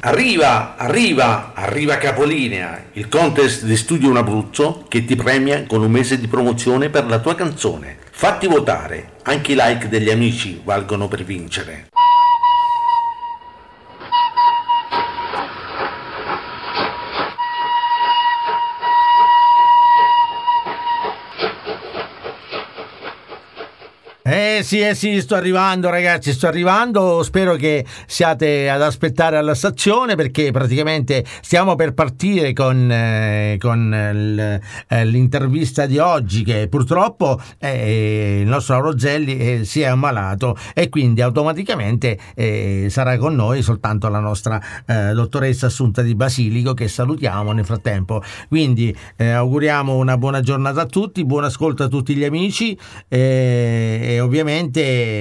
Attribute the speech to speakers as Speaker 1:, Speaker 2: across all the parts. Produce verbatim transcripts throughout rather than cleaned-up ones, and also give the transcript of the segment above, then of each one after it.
Speaker 1: Arriva, arriva, arriva Capolinea, il contest di Studio Un Abruzzo che ti premia con un mese di promozione per la tua canzone. Fatti votare, anche i like degli amici valgono per vincere.
Speaker 2: Eh sì, eh sì, sto arrivando ragazzi, sto arrivando, spero che siate ad aspettare alla stazione perché praticamente stiamo per partire con, eh, con il, eh, l'intervista di oggi che purtroppo eh, il nostro Roselli eh, si è ammalato e quindi automaticamente eh, sarà con noi soltanto la nostra eh, dottoressa Assunta Di Basilico che salutiamo nel frattempo, quindi eh, auguriamo una buona giornata a tutti, buon ascolto a tutti gli amici eh, e ovviamente,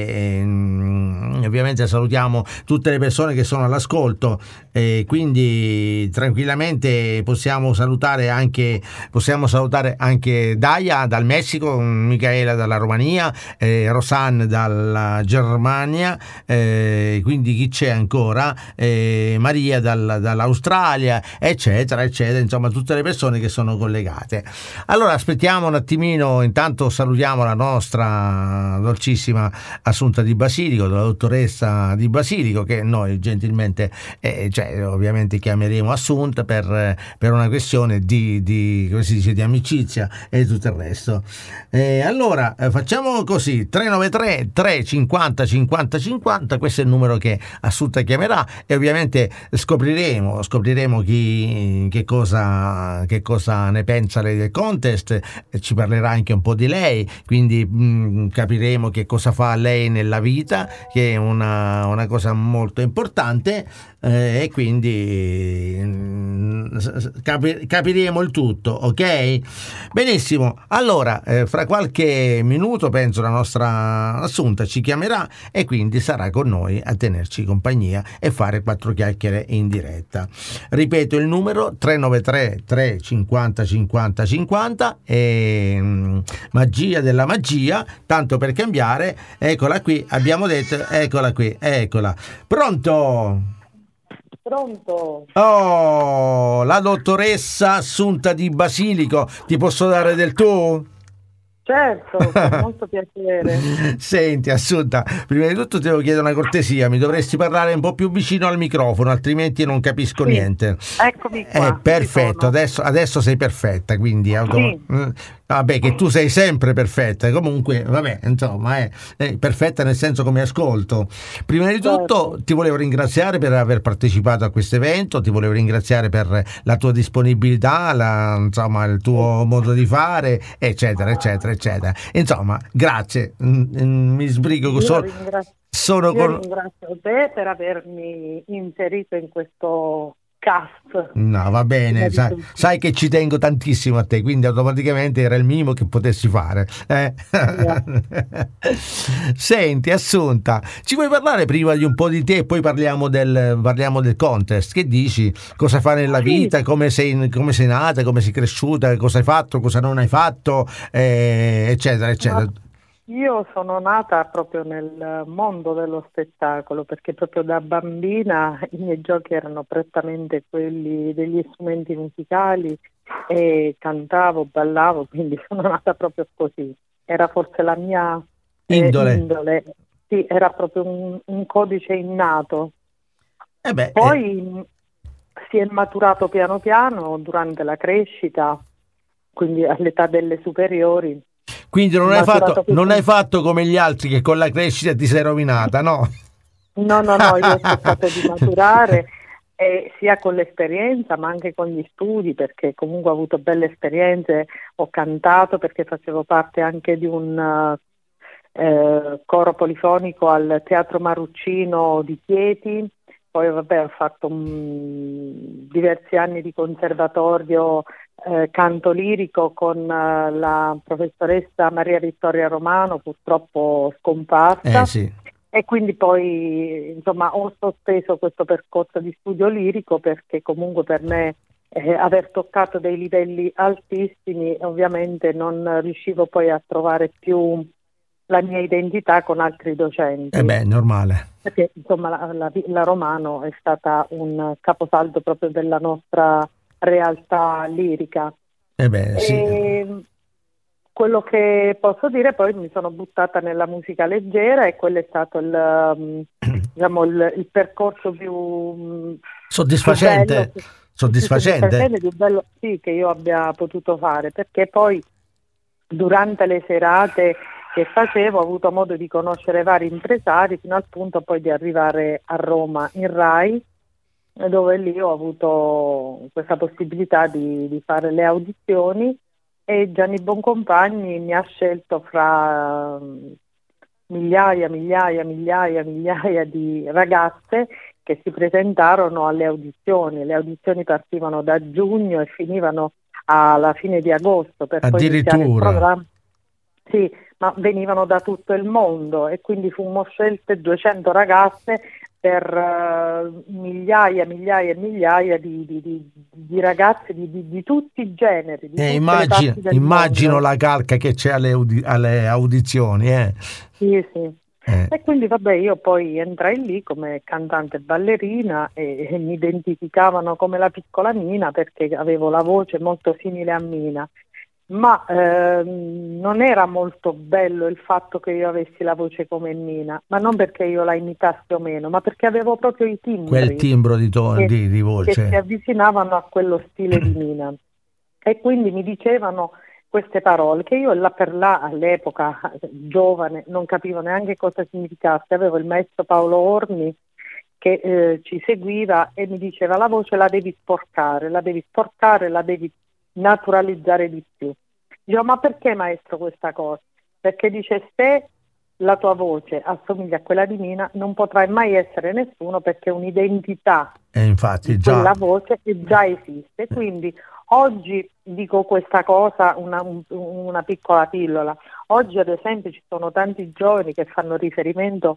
Speaker 2: ehm, ovviamente salutiamo tutte le persone che sono all'ascolto e quindi tranquillamente possiamo salutare anche possiamo salutare anche Daia dal Messico, Micaela dalla Romania, eh, Rosanne dalla Germania, eh, quindi chi c'è ancora? Eh, Maria dal, dall'Australia, eccetera, eccetera, insomma tutte le persone che sono collegate. Allora aspettiamo un attimino, intanto salutiamo la nostra dolcissima Assunta Di Basilico, la dottoressa Di Basilico, che noi gentilmente eh, cioè, ovviamente chiameremo Assunta per, per una questione di, di, come si dice, di amicizia e tutto il resto. Eh, allora eh, facciamo così: tre nove tre tre cinquanta cinquanta cinquanta, questo è il numero che Assunta chiamerà e ovviamente scopriremo scopriremo chi, che cosa che cosa ne pensa lei del contest, ci parlerà anche un po' di lei, quindi mh, capiremo che cosa fa lei nella vita, che è una, una cosa molto importante eh, e quindi mh, capi, capiremo il tutto, ok? Benissimo, allora eh, fra qualche minuto penso la nostra Assunta ci chiamerà e quindi sarà con noi a tenerci compagnia e fare quattro chiacchiere in diretta. Ripeto il numero: tre nove tre tre cinquanta cinquanta cinquanta e mh, magia della magia, tanto per cambiare. Eccola qui, abbiamo detto, eccola qui, eccola. Pronto?
Speaker 3: Pronto?
Speaker 2: Oh, la dottoressa Assunta Di Basilico, ti posso dare del tu?
Speaker 3: Certo, con molto piacere.
Speaker 2: Senti Assunta, prima di tutto ti devo chiedere una cortesia, mi dovresti parlare un po' più vicino al microfono, altrimenti non capisco
Speaker 3: Sì,
Speaker 2: niente.
Speaker 3: eccomi qua.
Speaker 2: Eh, perfetto, adesso, adesso sei perfetta, quindi autom-
Speaker 3: Sì.
Speaker 2: vabbè, che tu sei sempre perfetta, comunque vabbè, insomma è, è perfetta nel senso come ascolto. Prima di tutto
Speaker 3: Certo.
Speaker 2: ti volevo ringraziare per aver partecipato a questo evento, ti volevo ringraziare per la tua disponibilità, la, insomma il tuo modo di fare, eccetera eccetera eccetera, insomma grazie. Mm, mm, mi sbrigo
Speaker 3: Io
Speaker 2: solo
Speaker 3: ringrazio,
Speaker 2: sono
Speaker 3: io
Speaker 2: con
Speaker 3: ringrazio te per avermi inserito in questo cast.
Speaker 2: no, va
Speaker 3: Prima
Speaker 2: bene,
Speaker 3: di
Speaker 2: sai,
Speaker 3: tutto.
Speaker 2: sai che ci tengo tantissimo a te, quindi automaticamente era il minimo che potessi fare. Eh?
Speaker 3: Yeah.
Speaker 2: Senti, Assunta, ci vuoi parlare prima di un po' di te e poi parliamo del, parliamo del contest? Che dici? Cosa fai nella
Speaker 3: Sì.
Speaker 2: vita? Come sei, come sei nata? Come sei cresciuta? Cosa hai fatto? Cosa non hai fatto? Eh, eccetera, eccetera.
Speaker 3: Ma io sono nata proprio nel mondo dello spettacolo perché proprio da bambina i miei giochi erano prettamente quelli degli strumenti musicali e cantavo, ballavo, quindi sono nata proprio così. Era forse la mia eh,
Speaker 2: Indole.
Speaker 3: indole, sì, era proprio un, un codice innato.
Speaker 2: Eh beh, eh,
Speaker 3: Poi si è maturato piano piano durante la crescita, quindi all'età delle superiori.
Speaker 2: quindi non
Speaker 3: Ho
Speaker 2: hai fatto,
Speaker 3: maturato
Speaker 2: non hai
Speaker 3: questo.
Speaker 2: fatto come gli altri che con la crescita ti sei rovinata, no?
Speaker 3: No, no, no, io ho cercato di maturare eh, sia con l'esperienza ma anche con gli studi, perché comunque ho avuto belle esperienze, ho cantato perché facevo parte anche di un eh, coro polifonico al Teatro Maruccino di Chieti, poi vabbè ho fatto mm, diversi anni di conservatorio eh, canto lirico con eh, la professoressa Maria Vittoria Romano, purtroppo scomparsa.
Speaker 2: Eh sì.
Speaker 3: E quindi poi insomma ho sospeso questo percorso di studio lirico perché comunque per me eh, aver toccato dei livelli altissimi ovviamente non riuscivo poi a trovare più la mia identità con altri docenti.
Speaker 2: Eh beh, normale.
Speaker 3: Perché insomma la, la, la Romano è stata un caposaldo proprio della nostra realtà lirica.
Speaker 2: Eh beh, sì.
Speaker 3: E quello che posso dire, poi mi sono buttata nella musica leggera e quello è stato il, diciamo, il, il percorso più
Speaker 2: soddisfacente,
Speaker 3: più bello,
Speaker 2: soddisfacente.
Speaker 3: Più soddisfacente, più bello sì, che io abbia potuto fare, perché poi durante le serate che facevo ho avuto modo di conoscere vari impresari fino al punto poi di arrivare a Roma in Rai, dove lì ho avuto questa possibilità di, di fare le audizioni e Gianni Boncompagni mi ha scelto fra migliaia, migliaia, migliaia, migliaia di ragazze che si presentarono alle audizioni. Le audizioni partivano da giugno e finivano alla fine di agosto per poi iniziare il programma. Sì, ma venivano da tutto il mondo e quindi fummo scelte duecento ragazze per uh, migliaia, migliaia e migliaia di, di, di, di ragazze di, di, di tutti i generi. Di
Speaker 2: eh,
Speaker 3: tutte
Speaker 2: immagino
Speaker 3: le parti del
Speaker 2: immagino
Speaker 3: mondo.
Speaker 2: La calca che c'è alle, audi- alle audizioni. Eh.
Speaker 3: Sì, sì.
Speaker 2: Eh.
Speaker 3: E quindi vabbè, io poi entrai lì come cantante ballerina e, e mi identificavano come la piccola Mina perché avevo la voce molto simile a Mina. Ma ehm, non era molto bello il fatto che io avessi la voce come Mina, ma non perché io la imitassi o meno, ma perché avevo proprio i timbri,
Speaker 2: quel timbro di, to-
Speaker 3: che,
Speaker 2: di, di voce
Speaker 3: che si avvicinavano a quello stile di Mina. E quindi mi dicevano queste parole che io là per là all'epoca giovane non capivo neanche cosa significasse. Avevo il maestro Paolo Orni che eh, ci seguiva e mi diceva: la voce la devi sporcare, la devi sporcare, la devi naturalizzare di più. Dico: ma perché, maestro, questa cosa? Perché dice: se la tua voce assomiglia a quella di Mina non potrai mai essere nessuno, perché un'identità
Speaker 2: e infatti
Speaker 3: di
Speaker 2: già
Speaker 3: quella voce già esiste. Quindi oggi dico questa cosa, una, un, una piccola pillola. Oggi ad esempio ci sono tanti giovani che fanno riferimento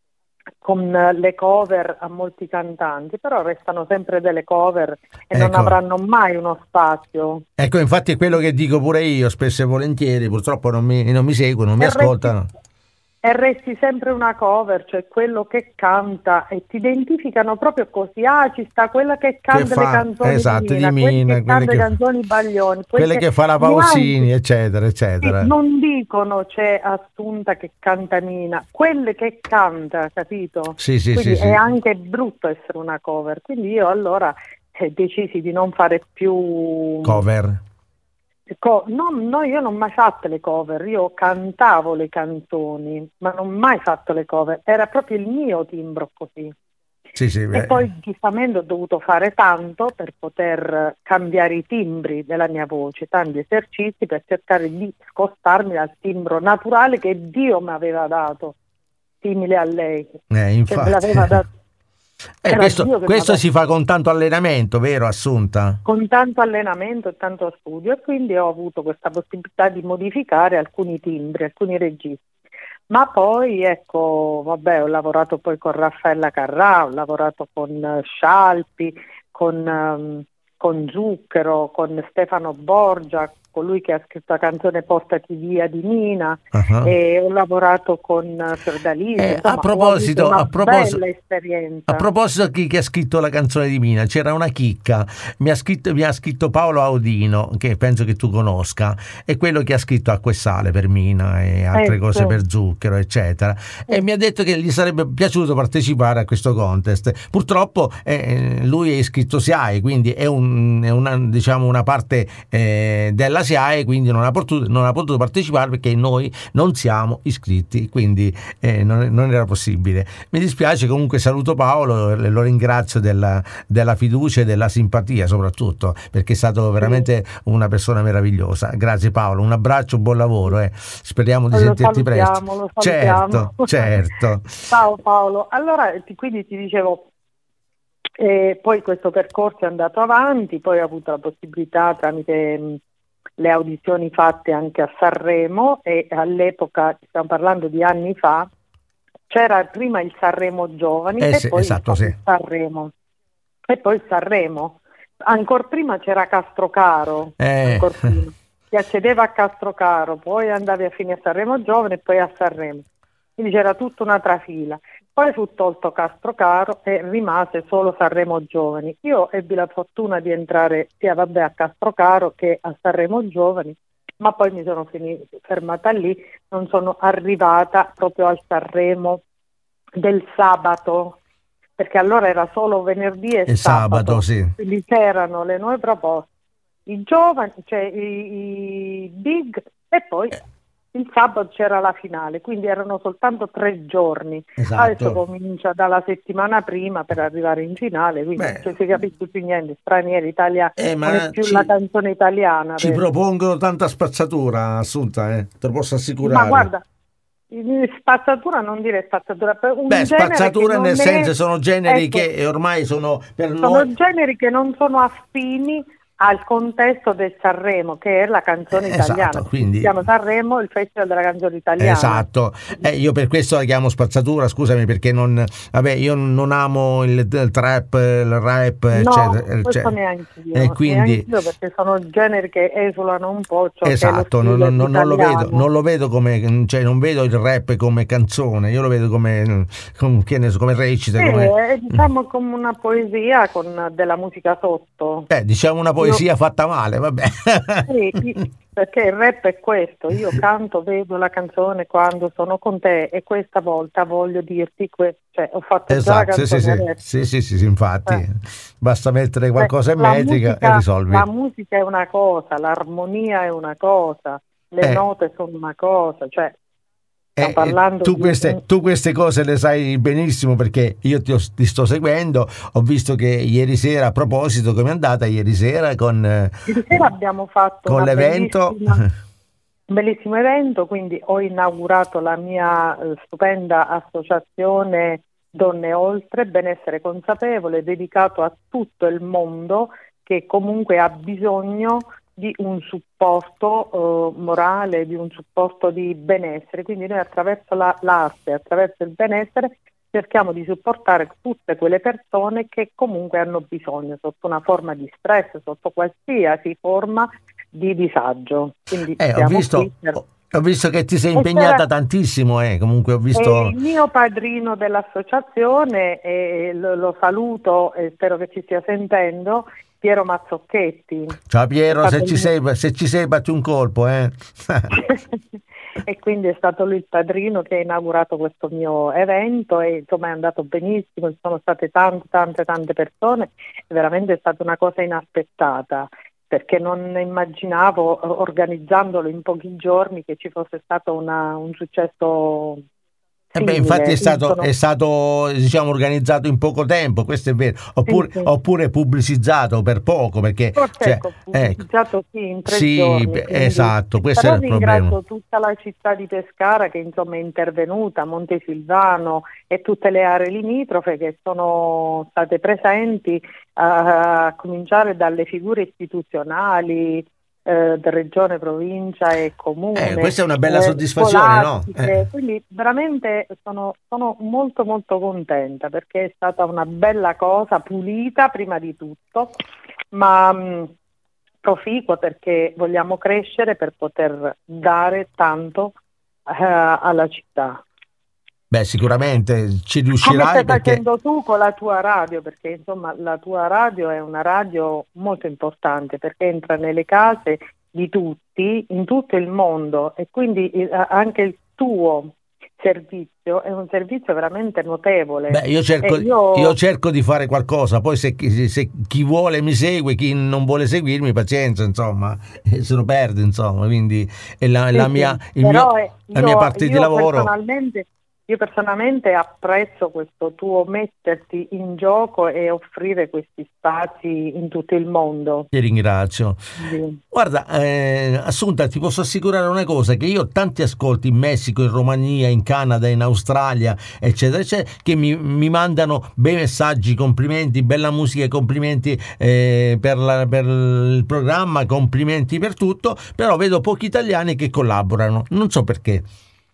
Speaker 3: con le cover a molti cantanti, però restano sempre delle cover e
Speaker 2: ecco.
Speaker 3: non avranno mai uno spazio.
Speaker 2: Ecco, infatti è quello che dico pure io spesso e volentieri, purtroppo non mi, non mi seguono, non mi
Speaker 3: e
Speaker 2: ascoltano.
Speaker 3: Resti, e resti sempre una cover, cioè quello che canta, e ti identificano proprio così: ah, ci sta quella che canta
Speaker 2: Che fa,
Speaker 3: le canzoni
Speaker 2: esatto,
Speaker 3: di Mina,
Speaker 2: di
Speaker 3: quelli
Speaker 2: Mina,
Speaker 3: che
Speaker 2: quelle
Speaker 3: canta
Speaker 2: che,
Speaker 3: le canzoni Baglioni,
Speaker 2: quelle che fa la Pausini, eccetera, eccetera.
Speaker 3: Sì, non dicono c'è Assunta che canta Mina, quelle che canta, capito?
Speaker 2: Sì, sì,
Speaker 3: Quindi
Speaker 2: sì,
Speaker 3: è
Speaker 2: sì.
Speaker 3: anche brutto essere una cover. Quindi io allora eh, decisi di non fare più
Speaker 2: cover.
Speaker 3: Co- no, no, io non ho mai fatto le cover, io cantavo le canzoni, ma non ho mai fatto le cover, era proprio il mio timbro così.
Speaker 2: Sì, sì,
Speaker 3: E
Speaker 2: beh.
Speaker 3: poi giustamente ho dovuto fare tanto per poter cambiare i timbri della mia voce, tanti esercizi per cercare di scostarmi dal timbro naturale che Dio mi aveva dato, simile a lei,
Speaker 2: Eh, infatti.
Speaker 3: che me l'aveva dato.
Speaker 2: Eh, questo questo si fa con tanto allenamento, vero Assunta?
Speaker 3: Con tanto allenamento e tanto studio, e quindi ho avuto questa possibilità di modificare alcuni timbri, alcuni registri. Ma poi ecco, vabbè, ho lavorato poi con Raffaella Carrà, ho lavorato con Scialpi, con, um, con Zucchero, con Stefano Borgia, colui che ha scritto la canzone Portati via di Mina, uh-huh. E ho lavorato con Fiordalisi,
Speaker 2: eh,
Speaker 3: insomma,
Speaker 2: a proposito,
Speaker 3: ho avuto una
Speaker 2: a proposito,
Speaker 3: bella esperienza.
Speaker 2: A proposito chi che ha scritto la canzone di Mina, c'era una chicca, mi ha scritto, mi ha scritto Paolo Audino, che penso che tu conosca, è quello che ha scritto Acqua e Sale per Mina e altre
Speaker 3: eh,
Speaker 2: cose
Speaker 3: sì.
Speaker 2: per Zucchero, eccetera, e mi ha detto che gli sarebbe piaciuto partecipare a questo contest. Purtroppo eh, lui è iscritto S I A E, quindi è, un, è una, diciamo, una parte eh, della S I A E, quindi non ha, potuto, non ha potuto partecipare perché noi non siamo iscritti, quindi eh, non, non era possibile. Mi dispiace, comunque saluto Paolo e lo ringrazio della, della fiducia e della simpatia, soprattutto perché è stato veramente una persona meravigliosa. Grazie Paolo, un abbraccio, buon lavoro, eh. Speriamo di
Speaker 3: lo
Speaker 2: sentirti presto.
Speaker 3: Lo salutiamo.
Speaker 2: Certo, certo.
Speaker 3: Ciao Paolo. Allora, quindi ti dicevo, eh, poi questo percorso è andato avanti, poi ho avuto la possibilità tramite mh, le audizioni fatte anche a Sanremo, e all'epoca, stiamo parlando di anni fa, c'era prima il Sanremo Giovani
Speaker 2: eh
Speaker 3: e
Speaker 2: sì,
Speaker 3: poi
Speaker 2: esatto,
Speaker 3: il
Speaker 2: sì.
Speaker 3: Sanremo e poi il Sanremo. Ancora prima c'era Castrocaro,
Speaker 2: eh.
Speaker 3: ancora prima. si accedeva a Castrocaro, poi andavi a finire a Sanremo Giovane e poi a Sanremo. Quindi c'era tutta una trafila. Poi fu tolto Castrocaro e rimase solo Sanremo Giovani. Io ebbi la fortuna di entrare sia vabbè a Castrocaro che a Sanremo Giovani, ma poi mi sono finita, fermata lì, non sono arrivata proprio al Sanremo del sabato, perché allora era solo venerdì e,
Speaker 2: E sabato, sì.
Speaker 3: Quindi c'erano le nuove proposte, i giovani, cioè i, i big, e poi il sabato c'era la finale, quindi erano soltanto tre giorni.
Speaker 2: Esatto.
Speaker 3: Adesso comincia dalla settimana prima per arrivare in finale, quindi
Speaker 2: Beh,
Speaker 3: non si capisce più niente, stranieri, italiani,
Speaker 2: eh,
Speaker 3: non è
Speaker 2: ma
Speaker 3: più
Speaker 2: ci,
Speaker 3: la canzone italiana.
Speaker 2: ci
Speaker 3: adesso.
Speaker 2: propongono tanta spazzatura, Assunta, eh, te lo posso
Speaker 3: Ma
Speaker 2: assicurare.
Speaker 3: guarda, spazzatura non dire spazzatura, per un
Speaker 2: Beh,
Speaker 3: genere
Speaker 2: spazzatura
Speaker 3: che non
Speaker 2: nel
Speaker 3: è-
Speaker 2: senso sono generi
Speaker 3: ecco,
Speaker 2: che ormai sono per
Speaker 3: sono
Speaker 2: noi.
Speaker 3: generi che non sono affini al contesto del Sanremo, che è la canzone
Speaker 2: Eh,
Speaker 3: italiana.
Speaker 2: esatto, quindi-
Speaker 3: Si chiama Sanremo, il festival della canzone italiana.
Speaker 2: Esatto, eh, io per questo la chiamo spazzatura, scusami, perché non, vabbè, io non amo il, il trap, il rap,
Speaker 3: No,
Speaker 2: eccetera,
Speaker 3: questo
Speaker 2: eccetera.
Speaker 3: neanch'io,
Speaker 2: E quindi
Speaker 3: neanch'io, perché sono generi che esulano un po', ciò
Speaker 2: esatto,
Speaker 3: che è lo
Speaker 2: non,
Speaker 3: stile
Speaker 2: non- non lo
Speaker 3: italiano.
Speaker 2: vedo, non lo vedo come, cioè non vedo il rap come canzone, io lo vedo come, come, che ne so, come recita,
Speaker 3: Sì,
Speaker 2: come,
Speaker 3: è diciamo come una poesia con della musica sotto.
Speaker 2: eh, diciamo una poesia fatta male, vabbè.
Speaker 3: Sì, perché il rap è questo, io canto, vedo la canzone quando sono con te e questa volta voglio dirti questo, cioè ho fatto già la
Speaker 2: Esatto, sì,
Speaker 3: canzone
Speaker 2: sì,
Speaker 3: adesso.
Speaker 2: sì, sì, sì, sì, infatti,
Speaker 3: Eh.
Speaker 2: basta mettere qualcosa in
Speaker 3: La
Speaker 2: metrica
Speaker 3: musica,
Speaker 2: e risolvi.
Speaker 3: la musica è una cosa, l'armonia è una cosa, le
Speaker 2: Eh.
Speaker 3: note sono una cosa, cioè stiamo
Speaker 2: Eh,
Speaker 3: parlando
Speaker 2: tu,
Speaker 3: di
Speaker 2: queste,
Speaker 3: un-
Speaker 2: tu queste cose le sai benissimo perché io ti, ho- ti sto seguendo, ho visto che ieri sera, a proposito, come è andata ieri sera con, eh,
Speaker 3: Ieri sera abbiamo fatto
Speaker 2: con
Speaker 3: una
Speaker 2: l'evento?
Speaker 3: bellissima- un bellissimo evento, quindi ho inaugurato la mia eh, stupenda associazione Donne Oltre, Benessere Consapevole, dedicato a tutto il mondo che comunque ha bisogno di un supporto eh, morale, di un supporto di benessere. Quindi noi attraverso la- l'arte, attraverso il benessere, cerchiamo di supportare tutte quelle persone che comunque hanno bisogno, sotto una forma di stress, sotto qualsiasi forma di disagio. Quindi
Speaker 2: Eh, ho
Speaker 3: siamo
Speaker 2: visto,
Speaker 3: qui per-
Speaker 2: ho, ho visto che ti sei
Speaker 3: E
Speaker 2: impegnata
Speaker 3: c'era-
Speaker 2: tantissimo, eh, comunque ho
Speaker 3: è
Speaker 2: visto...
Speaker 3: il mio padrino dell'associazione, e lo, lo saluto e spero che ci stia sentendo, Piero Mazzocchetti.
Speaker 2: Ciao Piero,
Speaker 3: È
Speaker 2: se
Speaker 3: stato
Speaker 2: ci
Speaker 3: il-
Speaker 2: sei, se ci sei batti un colpo, eh.
Speaker 3: E quindi è stato lui il padrino che ha inaugurato questo mio evento e insomma è andato benissimo, ci sono state tante tante tante persone, e veramente è stata una cosa inaspettata, perché non immaginavo, eh, organizzandolo in pochi giorni, che ci fosse stato una- un successo
Speaker 2: Eh beh,
Speaker 3: simile.
Speaker 2: infatti è stato,
Speaker 3: Sono-
Speaker 2: è stato diciamo organizzato in poco tempo, questo è vero, oppure,
Speaker 3: Sì, sì.
Speaker 2: oppure pubblicizzato per poco, perché
Speaker 3: Forse
Speaker 2: cioè,
Speaker 3: ecco,
Speaker 2: ecco,
Speaker 3: pubblicizzato sì, in tre
Speaker 2: sì,
Speaker 3: giorni.
Speaker 2: beh,
Speaker 3: quindi-
Speaker 2: esatto, questo
Speaker 3: Però
Speaker 2: è il problema.
Speaker 3: ringrazio tutta la città di Pescara che insomma è intervenuta, Montesilvano e tutte le aree limitrofe che sono state presenti, a, a cominciare dalle figure istituzionali, eh, da regione, provincia e comune.
Speaker 2: Eh, questa è una bella
Speaker 3: eh,
Speaker 2: soddisfazione, no?
Speaker 3: scolastiche.
Speaker 2: Eh.
Speaker 3: Quindi veramente sono, sono molto molto contenta, perché è stata una bella cosa, pulita prima di tutto, ma mh, proficua, perché vogliamo crescere per poter dare tanto eh, alla città.
Speaker 2: Beh, sicuramente ci
Speaker 3: Come
Speaker 2: riuscirai
Speaker 3: stai
Speaker 2: perché
Speaker 3: facendo tu con la tua radio, perché insomma la tua radio è una radio molto importante, perché entra nelle case di tutti, in tutto il mondo, e quindi eh, anche il tuo servizio è un servizio veramente notevole.
Speaker 2: beh, io cerco,
Speaker 3: E io-
Speaker 2: io cerco di fare qualcosa, poi se, chi- se chi vuole mi segue, chi non vuole seguirmi, pazienza, insomma, eh, se lo perde, insomma, quindi è la,
Speaker 3: Sì,
Speaker 2: la
Speaker 3: sì,
Speaker 2: mia, il
Speaker 3: però
Speaker 2: mio-
Speaker 3: è-
Speaker 2: la
Speaker 3: io-
Speaker 2: mia parte di
Speaker 3: io
Speaker 2: lavoro.
Speaker 3: Personalmente, io personalmente apprezzo questo tuo metterti in gioco e offrire questi spazi in tutto il mondo.
Speaker 2: Ti ringrazio.
Speaker 3: Sì.
Speaker 2: Guarda, eh, Assunta, ti posso assicurare una cosa, che io ho tanti ascolti in Messico, in Romania, in Canada, in Australia, eccetera, eccetera, che mi, mi mandano bei messaggi, complimenti, bella musica, complimenti eh, per, la- per il programma, complimenti per tutto, però vedo pochi italiani che collaborano, non so perché.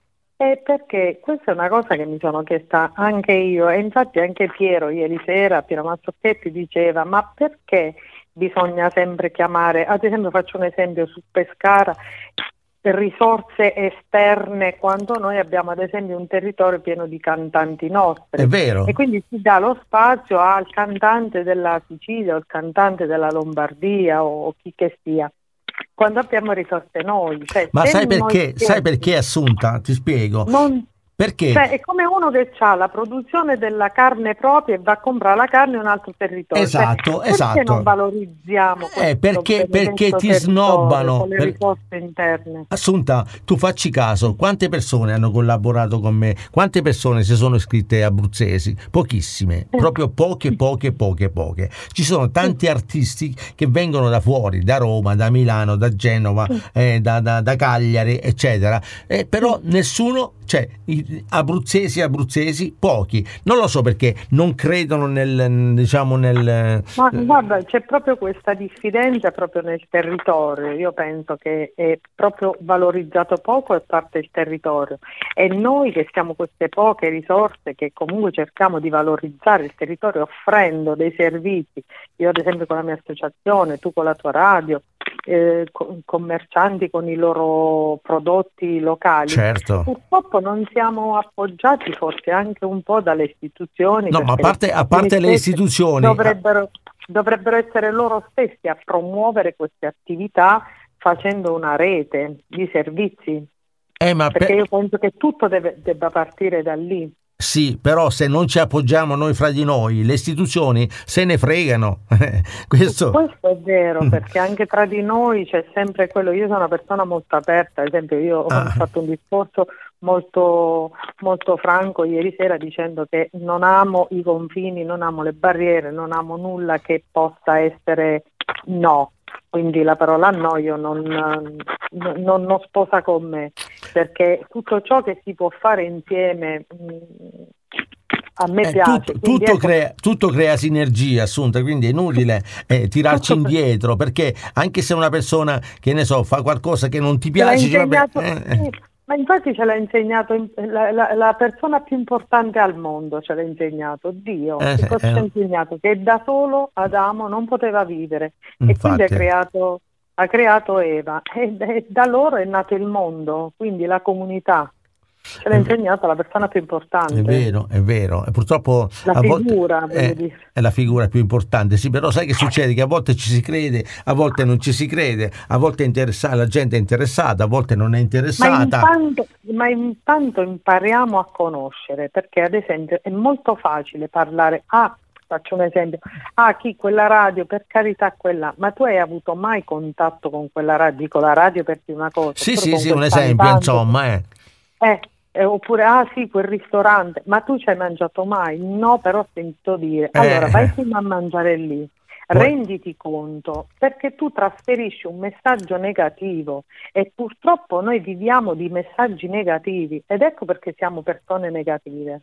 Speaker 3: E perché questa è una cosa che mi sono chiesta anche io, e infatti anche Piero ieri sera, Piero Mazzocchetti, diceva: ma perché bisogna sempre chiamare, ad esempio faccio un esempio su Pescara, risorse esterne, quando noi abbiamo ad esempio un territorio pieno di cantanti nostri.
Speaker 2: È vero.
Speaker 3: E quindi si dà lo spazio al cantante della Sicilia o al cantante della Lombardia o, o chi che sia, quando abbiamo risorse noi. Cioè,
Speaker 2: ma sai perché?
Speaker 3: Noi
Speaker 2: sai perché, Assunta? Ti spiego.
Speaker 3: Non,
Speaker 2: perché?
Speaker 3: Cioè, è come uno che ha la produzione della carne propria e va a comprare la carne in un altro territorio.
Speaker 2: Esatto,
Speaker 3: cioè, perché
Speaker 2: esatto.
Speaker 3: non valorizziamo questo
Speaker 2: Eh, perché, perché ti
Speaker 3: territorio
Speaker 2: snobbano.
Speaker 3: con le
Speaker 2: Per...
Speaker 3: risorse interne?
Speaker 2: Assunta, tu facci caso, quante persone hanno collaborato con me? Quante persone si sono iscritte abruzzesi? Pochissime, proprio poche, poche, poche, poche. Ci sono tanti artisti che vengono da fuori, da Roma, da Milano, da Genova, eh, da, da, da Cagliari, eccetera. Eh, però nessuno, cioè i abruzzesi, abruzzesi, pochi. Non lo so perché non credono nel, diciamo, nel...
Speaker 3: Ma guarda, c'è proprio questa diffidenza proprio nel territorio. Io penso che è proprio valorizzato poco e parte il territorio, e noi che siamo queste poche risorse che comunque cerchiamo di valorizzare il territorio offrendo dei servizi, io ad esempio con la mia associazione, tu con la tua radio, eh, commercianti con i loro prodotti locali.
Speaker 2: Certo.
Speaker 3: Purtroppo non siamo appoggiati forse anche un po' dalle istituzioni.
Speaker 2: No, ma a parte, a parte le istituzioni
Speaker 3: dovrebbero, dovrebbero essere loro stessi a promuovere queste attività facendo una rete di servizi,
Speaker 2: eh, ma
Speaker 3: perché
Speaker 2: per...
Speaker 3: io penso che tutto deve, debba partire da lì.
Speaker 2: Sì, però se non ci appoggiamo noi fra di noi, le istituzioni se ne fregano. Questo...
Speaker 3: Questo è vero, perché anche tra di noi c'è sempre quello. Io sono una persona molto aperta, ad esempio io ho ah. fatto un discorso molto, molto franco ieri sera dicendo che non amo i confini, non amo le barriere, non amo nulla che possa essere no. Quindi la parola no io non, non, non sposa con me, perché tutto ciò che si può fare insieme a me
Speaker 2: eh,
Speaker 3: piace.
Speaker 2: Tutto, tutto,
Speaker 3: ecco,
Speaker 2: crea, tutto crea sinergia, Assunta, quindi è inutile eh, tirarci indietro, perché anche se una persona, che ne so, fa qualcosa che non ti piace,
Speaker 3: insegnato,
Speaker 2: vabbè, eh,
Speaker 3: sì, ma infatti ce l'ha insegnato la, la, la persona più importante al mondo, ce l'ha insegnato Dio,
Speaker 2: eh,
Speaker 3: che cosa
Speaker 2: eh,
Speaker 3: ci ha insegnato? Che da solo Adamo non poteva vivere, infatti. E quindi ha creato, ha creato Eva, e, e da loro è nato il mondo, quindi la comunità. Ce l'ha insegnato la persona più importante.
Speaker 2: È vero, è vero. E purtroppo
Speaker 3: la
Speaker 2: a
Speaker 3: figura,
Speaker 2: volte è, è la figura più importante. Sì, però sai che succede? Che a volte ci si crede, a volte non ci si crede, a volte è interessa- la gente è interessata, a volte non è interessata.
Speaker 3: Ma intanto, ma intanto impariamo a conoscere, perché ad esempio è molto facile parlare ah, faccio un esempio, ah chi quella radio, per carità quella, ma tu hai avuto mai contatto con quella radio? Dico la radio per dire una cosa.
Speaker 2: Sì, sì, sì, un esempio, cantante, insomma, eh.
Speaker 3: Eh, eh, oppure, ah sì, quel ristorante, ma tu ci hai mangiato mai? No, però ho sentito dire. Allora,
Speaker 2: eh.
Speaker 3: vai prima a mangiare lì, Poi... renditi conto, perché tu trasferisci un messaggio negativo e purtroppo noi viviamo di messaggi negativi ed ecco perché siamo persone negative.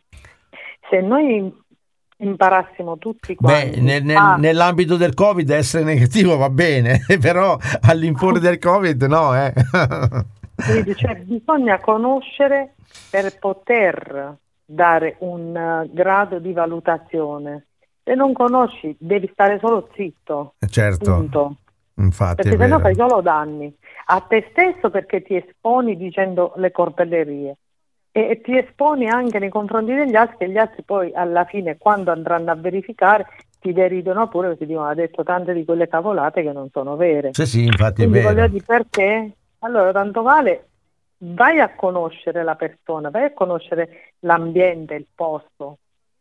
Speaker 3: Se noi imparassimo tutti quanti.
Speaker 2: Beh, nel, nel,
Speaker 3: ah,
Speaker 2: nell'ambito del Covid essere negativo va bene, però all'infuori del Covid no, eh.
Speaker 3: Quindi, cioè, bisogna conoscere per poter dare un uh, grado di valutazione. Se non conosci devi stare solo zitto.
Speaker 2: Certo.
Speaker 3: Punto.
Speaker 2: Infatti,
Speaker 3: perché sennò fai solo danni a te stesso, perché ti esponi dicendo le corbellerie e, e ti esponi anche nei confronti degli altri, e gli altri poi alla fine, quando andranno a verificare, ti deridono pure perché dicono ha detto tante di quelle cavolate che non sono vere.
Speaker 2: Sì, sì, infatti.
Speaker 3: Quindi
Speaker 2: è vero.
Speaker 3: voglio dire, perché? Allora tanto vale vai a conoscere la persona, vai a conoscere l'ambiente, il posto.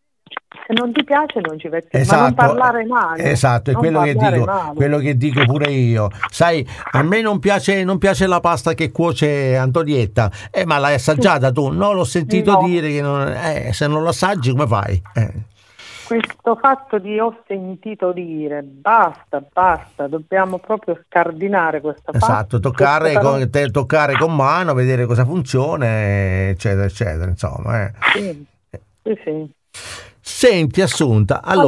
Speaker 3: Se non ti piace non ci vai più, esatto, ma non parlare male.
Speaker 2: Esatto, è quello che dico,
Speaker 3: male.
Speaker 2: quello che dico pure io. Sai, a me non piace, non piace la pasta che cuoce Antonietta, eh, ma l'hai assaggiata tu? No, l'ho sentito
Speaker 3: no.
Speaker 2: dire che non, eh, se non lo assaggi come fai? Eh.
Speaker 3: Questo fatto di ho sentito dire, basta, basta, dobbiamo proprio scardinare questa
Speaker 2: esatto,
Speaker 3: fatto.
Speaker 2: toccare con, te, toccare con mano, vedere cosa funziona, eccetera, eccetera, insomma. Eh.
Speaker 3: Sì, sì, sì.
Speaker 2: Senti, Assunta, allora, allora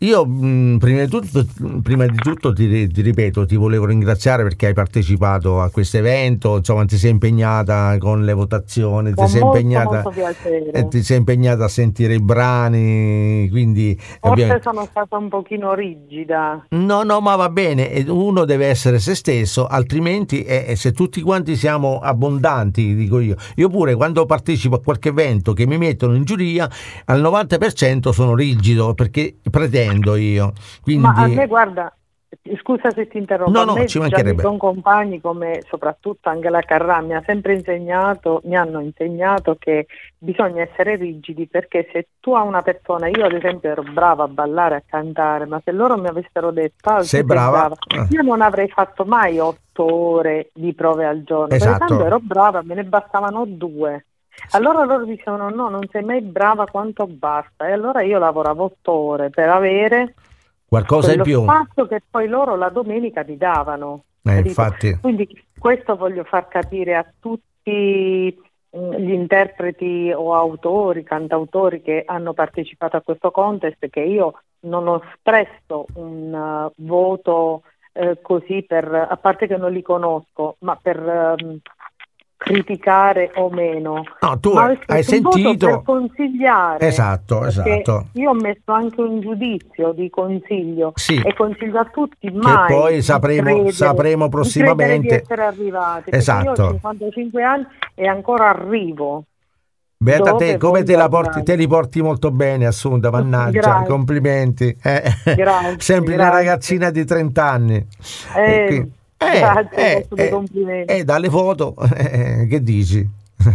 Speaker 2: io mh, prima di tutto, prima di tutto ti, ti ripeto, ti volevo ringraziare perché hai partecipato a questo evento, insomma ti sei impegnata con le votazioni, ti
Speaker 3: Con
Speaker 2: sei
Speaker 3: molto,
Speaker 2: impegnata,
Speaker 3: molto piacere.
Speaker 2: eh, ti sei impegnata a sentire i brani, quindi
Speaker 3: Forse
Speaker 2: ovviamente...
Speaker 3: sono stata un pochino rigida.
Speaker 2: No, no, ma va bene, e uno deve essere se stesso, altrimenti eh, eh, se tutti quanti siamo abbondanti, dico io, io pure quando partecipo a qualche evento che mi mettono in giuria, al novanta per cento sono rigido perché pretendo io,
Speaker 3: Ma a
Speaker 2: quindi
Speaker 3: me, guarda, scusa se ti interrompo,
Speaker 2: no,
Speaker 3: a
Speaker 2: no,
Speaker 3: me
Speaker 2: ci
Speaker 3: già i
Speaker 2: mancherebbe.
Speaker 3: buoni compagni, come soprattutto Angela Carrà, mi ha sempre insegnato, mi hanno insegnato che bisogna essere rigidi, perché se tu a una persona, io ad esempio ero brava a ballare, a cantare, ma se loro mi avessero detto, ah, tu
Speaker 2: Sei
Speaker 3: sei
Speaker 2: brava?
Speaker 3: brava,
Speaker 2: Eh,
Speaker 3: io non avrei fatto mai otto ore di prove al giorno, perché tanto
Speaker 2: esatto.
Speaker 3: ero brava, me ne bastavano due. Allora loro dicevano no, non sei mai brava quanto basta, e allora io lavoravo otto ore per avere
Speaker 2: Qualcosa in
Speaker 3: quello
Speaker 2: più,
Speaker 3: spazio che poi loro la domenica mi davano,
Speaker 2: eh,
Speaker 3: capito?
Speaker 2: infatti.
Speaker 3: Quindi questo voglio far capire a tutti mh, gli interpreti o autori, cantautori che hanno partecipato a questo contest, che io non ho espresso un uh, voto eh, così per, a parte che non li conosco, ma per ehm, criticare o meno,
Speaker 2: No, tu
Speaker 3: ma ho
Speaker 2: hai
Speaker 3: espresso un voto per
Speaker 2: sentito,
Speaker 3: consigliare,
Speaker 2: esatto,
Speaker 3: perché
Speaker 2: esatto,
Speaker 3: io ho messo anche un giudizio di consiglio
Speaker 2: sì,
Speaker 3: e consiglio a tutti
Speaker 2: che
Speaker 3: mai
Speaker 2: poi
Speaker 3: di
Speaker 2: sapremo,
Speaker 3: credere,
Speaker 2: sapremo
Speaker 3: di credere di
Speaker 2: prossimamente,
Speaker 3: essere arrivati, perché io ho
Speaker 2: esatto.
Speaker 3: cinquantacinque anni e ancora arrivo
Speaker 2: Beata te,
Speaker 3: dove
Speaker 2: come te
Speaker 3: voglio
Speaker 2: la porti?
Speaker 3: arrivare.
Speaker 2: Te li porti molto bene, Assunta, mannaggia,
Speaker 3: Grazie,
Speaker 2: complimenti. Eh,
Speaker 3: grazie,
Speaker 2: sembri una
Speaker 3: grazie.
Speaker 2: ragazzina di trenta anni. E
Speaker 3: Eh,
Speaker 2: qui- eh,
Speaker 3: grazie,
Speaker 2: eh,
Speaker 3: grazie dei
Speaker 2: eh,
Speaker 3: complimenti.
Speaker 2: eh, dalle foto, eh, che dici?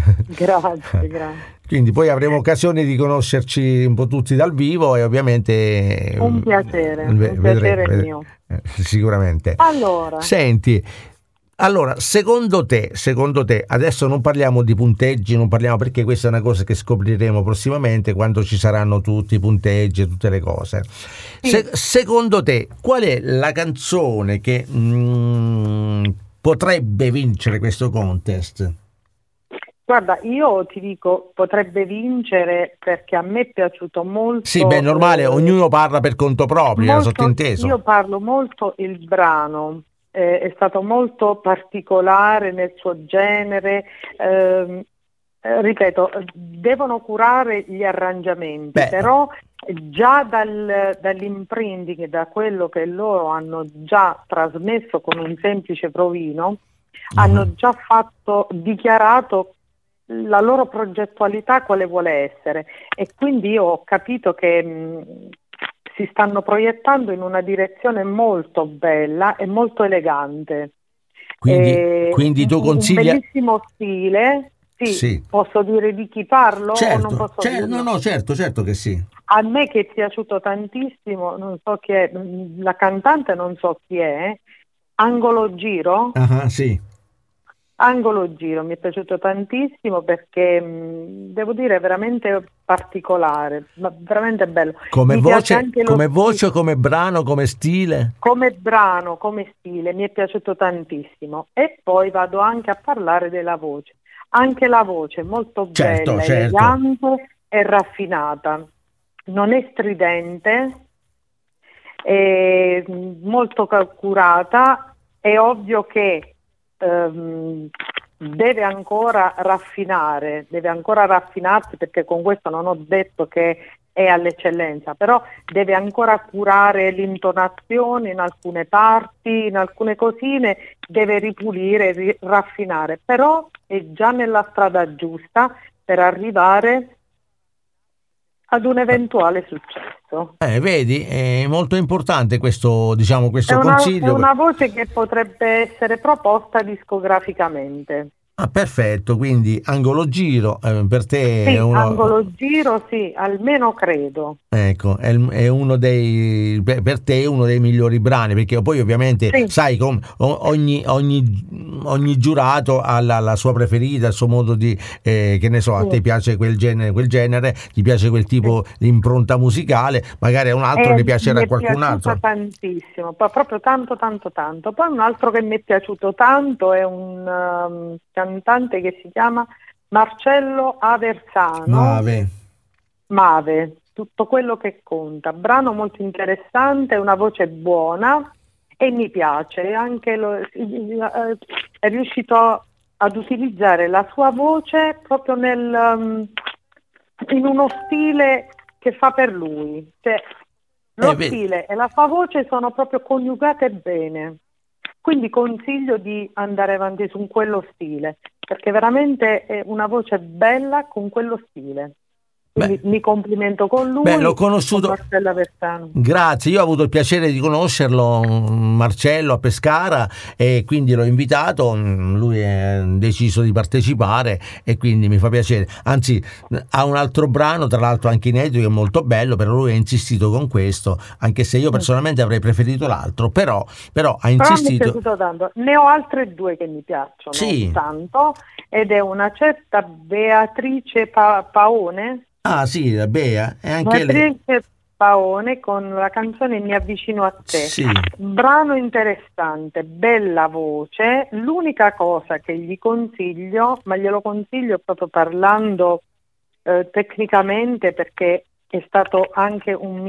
Speaker 3: Grazie, grazie.
Speaker 2: Quindi poi avremo occasione di conoscerci un po' tutti dal vivo e ovviamente eh,
Speaker 3: Un piacere,
Speaker 2: ve-
Speaker 3: un
Speaker 2: vedremo,
Speaker 3: piacere
Speaker 2: vedremo,
Speaker 3: mio.
Speaker 2: eh, sicuramente.
Speaker 3: Allora,
Speaker 2: Senti, allora, secondo te, secondo te, adesso non parliamo di punteggi, non parliamo perché questa è una cosa che scopriremo prossimamente quando ci saranno tutti i punteggi e tutte le cose.
Speaker 3: sì,
Speaker 2: Se- secondo te, qual è la canzone che mm, potrebbe vincere questo contest?
Speaker 3: guarda, io ti dico, potrebbe vincere perché a me è piaciuto
Speaker 2: Sì, beh, è
Speaker 3: molto,
Speaker 2: normale,
Speaker 3: eh,
Speaker 2: ognuno parla per conto proprio, era
Speaker 3: molto,
Speaker 2: sottinteso.
Speaker 3: io parlo molto il brano, eh, è stato molto particolare nel suo genere, ehm, eh, ripeto, devono curare gli arrangiamenti,
Speaker 2: Beh,
Speaker 3: però già dal, dall'imprinting, da quello che loro hanno già trasmesso con un semplice provino,
Speaker 2: uh-huh.
Speaker 3: hanno già fatto, dichiarato la loro progettualità quale vuole essere, e quindi io ho capito che mh, si stanno proiettando in una direzione molto bella e molto elegante.
Speaker 2: Quindi,
Speaker 3: E
Speaker 2: quindi
Speaker 3: un,
Speaker 2: tu
Speaker 3: un
Speaker 2: consiglia...
Speaker 3: bellissimo stile, sì,
Speaker 2: Sì,
Speaker 3: posso dire di chi parlo o non
Speaker 2: certo,
Speaker 3: posso
Speaker 2: cer- no,
Speaker 3: dirlo?
Speaker 2: no, certo, certo che sì.
Speaker 3: A me che è piaciuto tantissimo, non so chi è, mh, la cantante non so chi è, Angolo Giro.
Speaker 2: Ah, sì.
Speaker 3: Angolo Giro mi è piaciuto tantissimo perché mh, devo dire è veramente particolare, ma veramente bello.
Speaker 2: Come
Speaker 3: Mi piace
Speaker 2: voce,
Speaker 3: anche lo
Speaker 2: come
Speaker 3: stile,
Speaker 2: voce, come brano, come stile?
Speaker 3: come brano, come stile, mi è piaciuto tantissimo. E poi vado anche a parlare della voce. Anche la voce è molto
Speaker 2: Certo,
Speaker 3: bella,
Speaker 2: certo.
Speaker 3: elegante e raffinata. Non è stridente, è molto ca- curata. È ovvio che ehm, deve ancora raffinare, deve ancora raffinarsi, perché con questo non ho detto che è all'eccellenza, però deve ancora curare l'intonazione in alcune parti, in alcune cosine, deve ripulire, ri- raffinare, però è già nella strada giusta per arrivare ad un eventuale successo.
Speaker 2: Eh, vedi, è molto importante questo, diciamo,
Speaker 3: È
Speaker 2: questo
Speaker 3: una, è
Speaker 2: consiglio.
Speaker 3: una voce che potrebbe essere proposta discograficamente.
Speaker 2: Ah, perfetto, quindi angolo giro, eh, per te è
Speaker 3: Sì,
Speaker 2: uno,
Speaker 3: angolo giro, sì, almeno credo.
Speaker 2: ecco, è, il- è uno dei, per per te è uno dei migliori brani, perché poi ovviamente
Speaker 3: Sì,
Speaker 2: sai, com- o- ogni, ogni, ogni giurato ha la, la sua preferita, il suo modo di, eh, che ne so, a
Speaker 3: sì,
Speaker 2: te piace quel genere, quel genere, ti piace quel
Speaker 3: sì.
Speaker 2: tipo di impronta musicale, magari a un altro ne
Speaker 3: E
Speaker 2: piacerà
Speaker 3: mi
Speaker 2: a
Speaker 3: è
Speaker 2: qualcun
Speaker 3: piaciuta
Speaker 2: altro.
Speaker 3: tantissimo, poi proprio tanto, tanto, tanto. Poi un altro che mi è piaciuto tanto è un um, cantante che si chiama Marcello Aversano,
Speaker 2: Mave,
Speaker 3: Mave. tutto quello che conta. Brano molto interessante, una voce buona e mi piace, anche lo, è riuscito ad utilizzare la sua voce proprio nel, um, in uno stile che fa per lui, cioè lo
Speaker 2: Eh,
Speaker 3: stile e la sua voce sono proprio coniugate bene, quindi consiglio di andare avanti su quello stile, perché veramente è una voce bella con quello stile. Quindi
Speaker 2: Beh,
Speaker 3: mi complimento con lui,
Speaker 2: beh, l'ho
Speaker 3: con
Speaker 2: conosciuto.
Speaker 3: Marcello Aversano.
Speaker 2: Grazie, io ho avuto il piacere di conoscerlo, mm, Marcello, a Pescara, e quindi l'ho invitato. mm, Lui è deciso di partecipare e quindi mi fa piacere. Anzi, ha un altro brano, tra l'altro anche inedito, che è molto bello, però lui ha insistito con questo, anche se io personalmente avrei preferito l'altro, però, però ha
Speaker 3: Però mi è
Speaker 2: insistito.
Speaker 3: piaciuto tanto. Ne ho altre due che mi piacciono
Speaker 2: Sì.
Speaker 3: tanto, ed è una certa Beatrice Pa- Paone.
Speaker 2: Ah sì, la Bea, e anche lei.
Speaker 3: Beatrice Paone con la canzone Mi avvicino a te.
Speaker 2: Sì.
Speaker 3: Brano interessante, bella voce. L'unica cosa che gli consiglio, ma glielo consiglio proprio parlando eh, tecnicamente, perché è stato anche un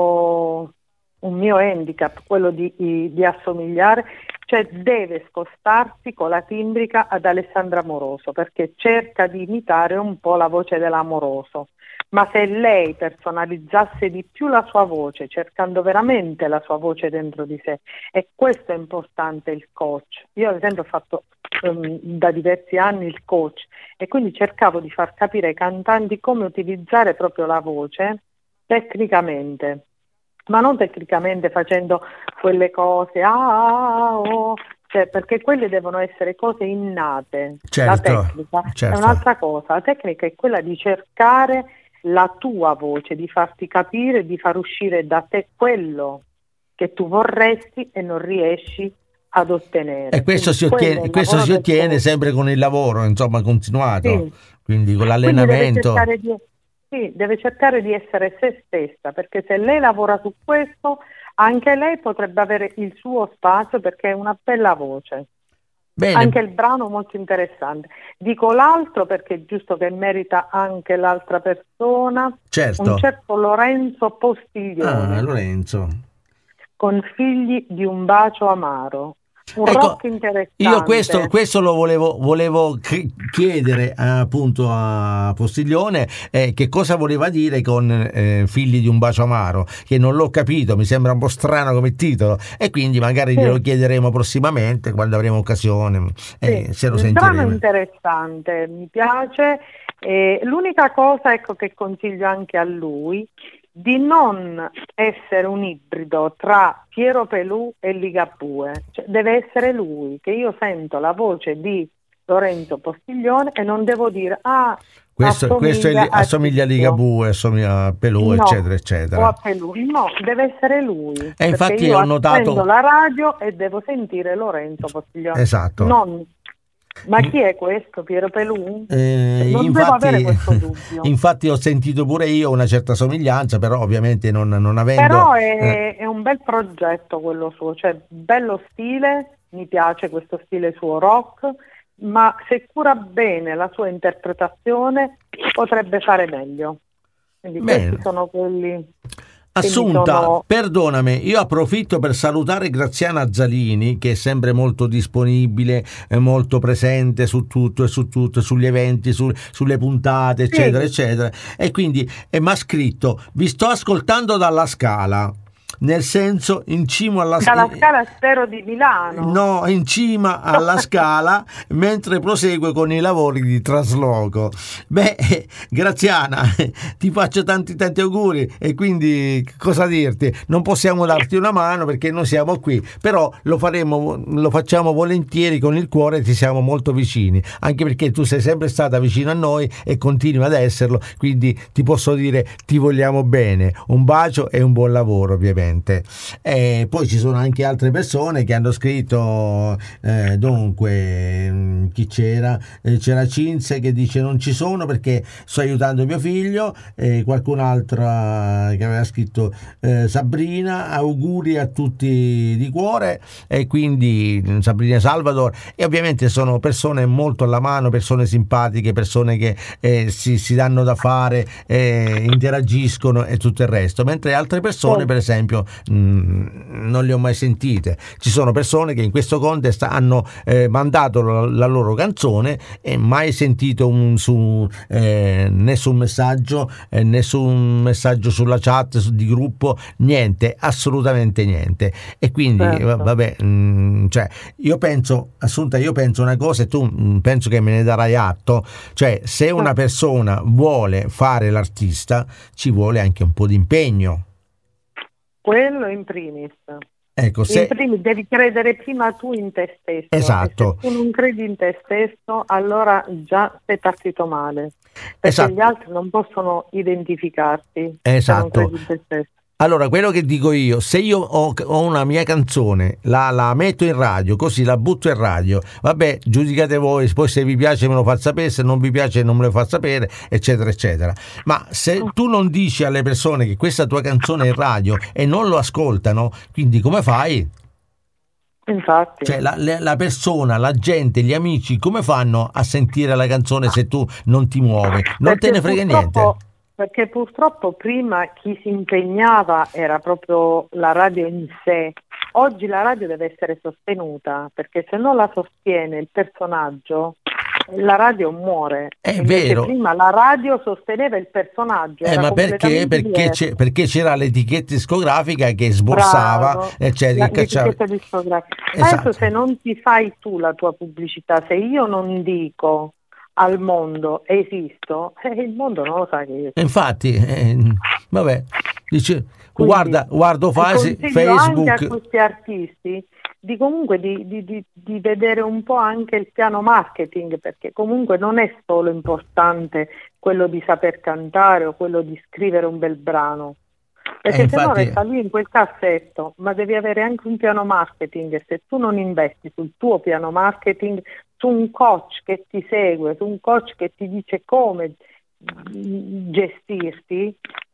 Speaker 3: mio, un mio handicap, quello di, di, di assomigliare, cioè deve scostarsi con la timbrica ad Alessandra Moroso, perché cerca di imitare un po' la voce dell'Amoroso. Ma se lei personalizzasse di più la sua voce, cercando veramente la sua voce dentro di sé, e questo è importante, il coach. Io ad esempio ho fatto um, da diversi anni il coach, e quindi cercavo di far capire ai cantanti come utilizzare proprio la voce tecnicamente, ma non tecnicamente facendo quelle cose, ah, oh, cioè, perché quelle devono essere cose innate.
Speaker 2: Certo,
Speaker 3: La tecnica
Speaker 2: certo.
Speaker 3: è un'altra cosa, la tecnica è quella di cercare la tua voce, di farti capire, di far uscire da te quello che tu vorresti e non riesci ad ottenere.
Speaker 2: E questo si
Speaker 3: Quindi
Speaker 2: ottiene,
Speaker 3: quello è il
Speaker 2: questo si
Speaker 3: lavoro del
Speaker 2: ottiene
Speaker 3: coach.
Speaker 2: sempre con il lavoro, insomma, continuato,
Speaker 3: Sì.
Speaker 2: quindi con
Speaker 3: Quindi deve
Speaker 2: l'allenamento.
Speaker 3: cercare di, sì, deve cercare di essere se stessa, perché se lei lavora su questo, anche lei potrebbe avere il suo spazio, perché è una bella voce.
Speaker 2: Bene.
Speaker 3: Anche il brano molto interessante. Dico l'altro perché è giusto che merita anche l'altra persona,
Speaker 2: Certo.
Speaker 3: un certo Lorenzo Postiglione,
Speaker 2: Ah, Lorenzo.
Speaker 3: con Figli di un bacio amaro. Un
Speaker 2: Ecco,
Speaker 3: rock interessante.
Speaker 2: io questo, questo lo volevo, volevo chiedere appunto a Postiglione, eh, che cosa voleva dire con eh, Figli di un bacio amaro, che non l'ho capito, mi sembra un po' strano come titolo, e quindi magari
Speaker 3: Sì.
Speaker 2: glielo chiederemo prossimamente quando avremo occasione, eh,
Speaker 3: Sì,
Speaker 2: se lo
Speaker 3: il
Speaker 2: sentiremo.
Speaker 3: brano è interessante, mi piace. Eh, l'unica cosa, ecco, che consiglio anche a lui, di non essere un ibrido tra Piero Pelù e Ligabue, cioè, deve essere lui, che io sento la voce di Lorenzo Postiglione e non devo dire ah,
Speaker 2: questo, questo è,
Speaker 3: assomiglia,
Speaker 2: assomiglia a Ligabue, assomiglia a Pelù,
Speaker 3: no,
Speaker 2: eccetera
Speaker 3: o
Speaker 2: eccetera.
Speaker 3: a Pelù. No, deve essere lui,
Speaker 2: E
Speaker 3: perché
Speaker 2: infatti
Speaker 3: io
Speaker 2: ho notato
Speaker 3: accendo la radio e devo sentire Lorenzo Postiglione.
Speaker 2: Esatto.
Speaker 3: Non Ma chi è questo, Piero Pelù?
Speaker 2: Eh,
Speaker 3: non devo
Speaker 2: infatti,
Speaker 3: avere questo dubbio.
Speaker 2: infatti ho sentito pure io una certa somiglianza, però ovviamente non, non avendo...
Speaker 3: Però è,
Speaker 2: eh,
Speaker 3: è un bel progetto quello suo, cioè bello stile, mi piace questo stile suo rock, ma se cura bene la sua interpretazione potrebbe fare meglio. Quindi
Speaker 2: Bene.
Speaker 3: questi sono quelli...
Speaker 2: Assunta,
Speaker 3: sono...
Speaker 2: perdonami, io approfitto per salutare Graziana Zalini, che è sempre molto disponibile, è molto presente su tutto e su tutto, sugli eventi, su, sulle puntate, eccetera,
Speaker 3: Sì.
Speaker 2: eccetera. E quindi mi ha scritto: vi sto ascoltando dalla Scala. Nel senso, in cima alla
Speaker 3: Dalla Scala, spero, di Milano.
Speaker 2: No, in cima alla Scala, mentre prosegue con i lavori di trasloco. Beh, Graziana, ti faccio tanti tanti auguri, e quindi cosa dirti? Non possiamo darti una mano perché noi siamo qui, però lo faremo, lo facciamo volentieri con il cuore, ti siamo molto vicini, anche perché tu sei sempre stata vicino a noi e continui ad esserlo, quindi ti posso dire ti vogliamo bene. Un bacio e un buon lavoro, ovviamente. costantemente. E poi ci sono anche altre persone che hanno scritto, eh, dunque, mh, chi c'era? Eh, c'era Cinzia che dice non ci sono perché sto aiutando mio figlio, e qualcun'altra che aveva scritto eh, Sabrina, auguri a tutti di cuore, e quindi Sabrina Salvador, e ovviamente sono persone molto alla mano, persone simpatiche, persone che eh, si, si danno da fare, eh, interagiscono e tutto il resto, mentre altre persone per esempio mh, non le ho mai sentite. Ci sono persone che in questo contest hanno eh, mandato la, la loro canzone e mai sentito un, su, eh, nessun messaggio, eh, nessun messaggio sulla chat su, di gruppo, niente, assolutamente niente. E quindi
Speaker 3: Certo.
Speaker 2: vabbè, mh, cioè io penso, Assunta, io penso una cosa e tu mh, penso che me ne darai atto, cioè se una persona vuole fare l'artista ci vuole anche un po' di impegno.
Speaker 3: Quello in primis.
Speaker 2: Ecco, se...
Speaker 3: In primis devi credere prima tu in te stesso.
Speaker 2: Esatto.
Speaker 3: E se tu non credi in te stesso, allora già sei partito male. Perché
Speaker 2: Esatto.
Speaker 3: gli altri non possono identificarti
Speaker 2: Esatto.
Speaker 3: se non credi in te stesso.
Speaker 2: Allora, quello che dico io, se io ho, ho una mia canzone, la, la metto in radio, così la butto in radio, vabbè, giudicate voi, poi se vi piace me lo fate sapere, se non vi piace non me lo fate sapere, eccetera, eccetera. Ma se tu non dici alle persone che questa tua canzone è in radio e non lo ascoltano, quindi come fai?
Speaker 3: Infatti.
Speaker 2: Cioè la, la persona, la gente, gli amici, come fanno a sentire la canzone se tu non ti muovi? Non
Speaker 3: Perché
Speaker 2: te ne frega
Speaker 3: purtroppo-
Speaker 2: niente.
Speaker 3: Perché purtroppo prima chi si impegnava era proprio la radio in sé. Oggi la radio deve essere sostenuta, perché se non la sostiene il personaggio, la radio muore.
Speaker 2: È
Speaker 3: Invece
Speaker 2: vero.
Speaker 3: prima la radio sosteneva il personaggio.
Speaker 2: Eh,
Speaker 3: era
Speaker 2: ma perché?
Speaker 3: completamente
Speaker 2: Perché,
Speaker 3: diverso.
Speaker 2: c'è- perché c'era l'etichetta discografica che sborsava,
Speaker 3: Bravo,
Speaker 2: e cioè,
Speaker 3: la-
Speaker 2: che cacciava-
Speaker 3: l'etichetta discografica.
Speaker 2: Esatto.
Speaker 3: Adesso se non ti fai tu la tua pubblicità, se io non dico al mondo esisto, eh, il mondo non lo sa che io
Speaker 2: E infatti, eh, vabbè, dice,
Speaker 3: Quindi,
Speaker 2: guarda, guardo fasi,
Speaker 3: consiglio anche a
Speaker 2: Facebook,
Speaker 3: questi artisti di comunque di, di- di- di vedere un po' anche il piano marketing, perché comunque non è solo importante quello di saper cantare o quello di scrivere un bel brano, perché
Speaker 2: Eh,
Speaker 3: se no
Speaker 2: infatti-
Speaker 3: resta lì in quel cassetto, ma devi avere anche un piano marketing, e se tu non investi sul tuo piano marketing, su un coach che ti segue, su un coach che ti dice come mm, gestirti,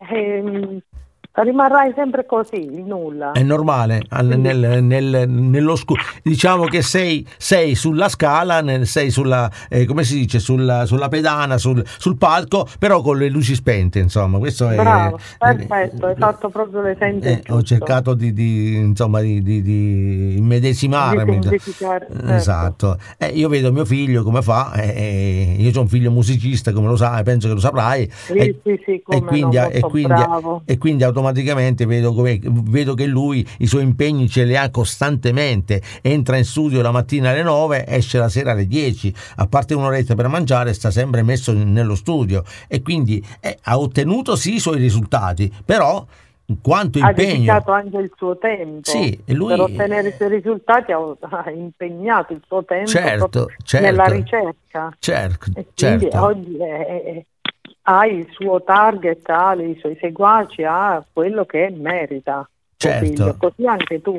Speaker 3: ehm, rimarrai sempre così, il nulla.
Speaker 2: è normale, al- nel, nel- nello scu- diciamo che sei, sei sulla scala, nel- sei sulla, eh, come si dice, sulla, sulla pedana, sul, sul palco, però con le luci spente, insomma, questo è...
Speaker 3: Bravo,
Speaker 2: eh,
Speaker 3: perfetto, hai fatto proprio l'esempio
Speaker 2: eh,
Speaker 3: giusto.
Speaker 2: ho cercato di, di, insomma, di, di, di immedesimarmi.
Speaker 3: Di semplificare, certo.
Speaker 2: Esatto. Eh, io vedo mio figlio come fa, eh, io ho un figlio musicista, come lo sai, penso che lo saprai,
Speaker 3: Sì,
Speaker 2: e,
Speaker 3: sì, sì, come
Speaker 2: e quindi,
Speaker 3: no,
Speaker 2: e
Speaker 3: molto
Speaker 2: quindi,
Speaker 3: bravo.
Speaker 2: e quindi automaticamente vedo, come, vedo che lui i suoi impegni ce li ha costantemente, entra in studio la mattina alle nove, esce la sera alle dieci, a parte un'oretta per mangiare sta sempre messo nello studio, e quindi eh, ha ottenuto sì i suoi risultati, però quanto
Speaker 3: Ha
Speaker 2: impegno.
Speaker 3: dedicato anche il suo tempo.
Speaker 2: Sì, e lui-
Speaker 3: Per ottenere i suoi risultati ha, ha impegnato il suo tempo
Speaker 2: Certo,
Speaker 3: proprio
Speaker 2: certo.
Speaker 3: nella ricerca.
Speaker 2: Certo,
Speaker 3: E quindi
Speaker 2: certo.
Speaker 3: oggi è- è- ha il suo target, ha i suoi seguaci, ha quello che merita. tuo
Speaker 2: Certo.
Speaker 3: figlio. Così anche tu.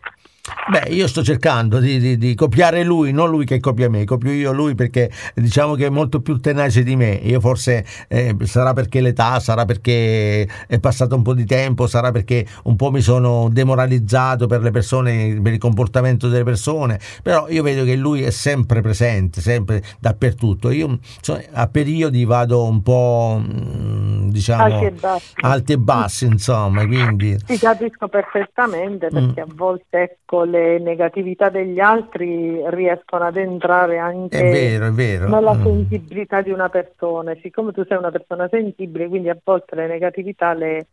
Speaker 2: Beh, io sto cercando di, di- di copiare lui, non lui che copia me, copio io lui perché diciamo che è molto più tenace di me. Io forse eh, sarà perché l'età, sarà perché è passato un po' di tempo, sarà perché un po' mi sono demoralizzato per le persone, per il comportamento delle persone, però io vedo che lui è sempre presente, sempre dappertutto. Io insomma, a periodi vado un po' mm, diciamo
Speaker 3: Alti e bassi.
Speaker 2: alti e bassi, insomma, quindi
Speaker 3: Ti capisco perfettamente, perché
Speaker 2: Mm.
Speaker 3: a volte ecco, le negatività degli altri riescono ad entrare anche
Speaker 2: è vero, è vero.
Speaker 3: nella
Speaker 2: Mm.
Speaker 3: sensibilità di una persona. Siccome tu sei una persona sensibile, quindi a volte le negatività le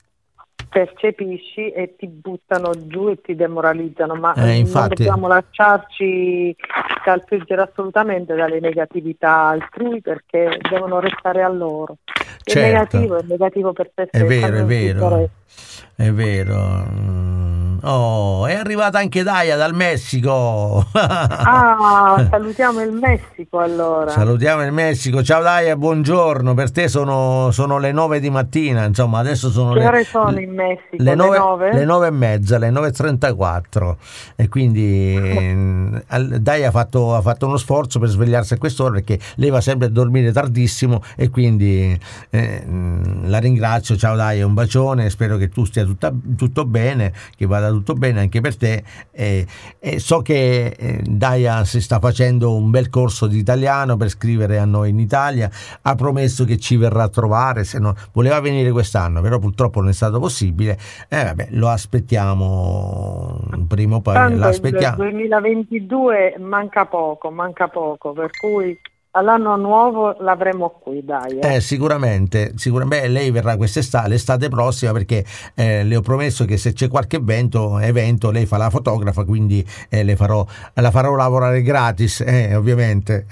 Speaker 3: percepisci e ti buttano giù e ti demoralizzano, ma
Speaker 2: Eh,
Speaker 3: non
Speaker 2: infatti.
Speaker 3: dobbiamo lasciarci sconfiggere assolutamente dalle negatività altrui, perché devono restare a loro. Il
Speaker 2: Certo.
Speaker 3: negativo è negativo per te
Speaker 2: È
Speaker 3: stesso,
Speaker 2: vero, è
Speaker 3: non ti
Speaker 2: vero,
Speaker 3: interessa.
Speaker 2: è vero. Mm, Oh, è arrivata anche Daia dal Messico.
Speaker 3: Ah, salutiamo il Messico allora.
Speaker 2: Salutiamo il Messico. Ciao Daia, buongiorno. Per te sono, sono le nove di mattina, insomma, adesso sono
Speaker 3: che
Speaker 2: le
Speaker 3: ore sono in Messico?
Speaker 2: Le nove,
Speaker 3: le nove?
Speaker 2: Le nove e mezza, le nove e trentaquattro. E quindi eh, Daia ha fatto, ha fatto uno sforzo per svegliarsi a quest'ora, perché lei va sempre a dormire tardissimo, e quindi eh, la ringrazio. Ciao Daia, un bacione, spero che tu stia tutta, tutto bene, che vada tutto bene anche per te, e, e so che eh, Daia si sta facendo un bel corso di italiano per scrivere a noi in Italia, ha promesso che ci verrà a trovare, se no voleva venire quest'anno, però purtroppo non è stato possibile. Eh, vabbè, lo aspettiamo prima o poi.
Speaker 3: Tanto
Speaker 2: L'aspettiamo.
Speaker 3: il duemilaventidue manca poco, manca poco, per cui all'anno nuovo l'avremo qui, dai. Eh,
Speaker 2: Eh, sicuramente, sicuramente lei verrà quest'estate, l'estate prossima, perché eh, le ho promesso che se c'è qualche evento, evento lei fa la fotografa, quindi eh, le farò, la farò lavorare gratis, eh, ovviamente.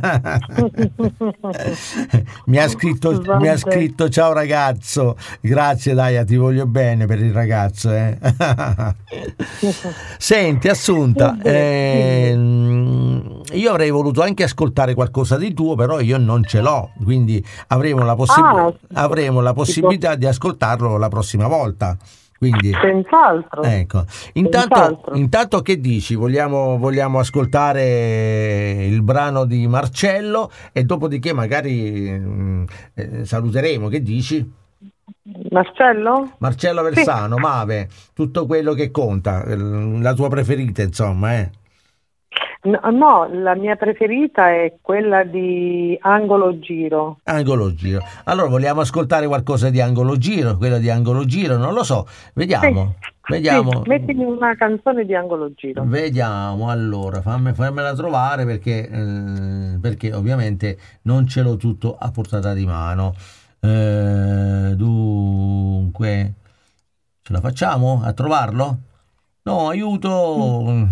Speaker 2: mi ha scritto, mi ha scritto ciao ragazzo, grazie Daia, ti voglio bene per il ragazzo. Eh. Senti, Assunta, ehm, io avrei voluto anche ascoltare qualcosa di tuo, però io non ce l'ho, quindi avremo la, possib-
Speaker 3: Ah,
Speaker 2: avremo la possibilità di ascoltarlo la prossima volta. Quindi,
Speaker 3: senz'altro.
Speaker 2: ecco. Intanto,
Speaker 3: Senz'altro.
Speaker 2: intanto che dici? Vogliamo, vogliamo ascoltare il brano di Marcello e dopodiché magari mm, eh, saluteremo. Che dici?
Speaker 3: Marcello?
Speaker 2: Marcello Versano, Mave, tutto quello che conta, eh, la tua preferita, insomma, eh.
Speaker 3: No, no, la mia preferita è quella di Angolo Giro.
Speaker 2: Angolo Giro. Allora vogliamo ascoltare qualcosa di Angolo Giro, quella di Angolo Giro, non lo so, vediamo,
Speaker 3: Sì,
Speaker 2: vediamo.
Speaker 3: sì, mettimi una canzone di Angolo Giro.
Speaker 2: Vediamo, allora, fammi, fammela trovare, perché, eh, perché ovviamente non ce l'ho tutto a portata di mano. Eh, dunque, ce la facciamo a trovarlo? No, aiuto!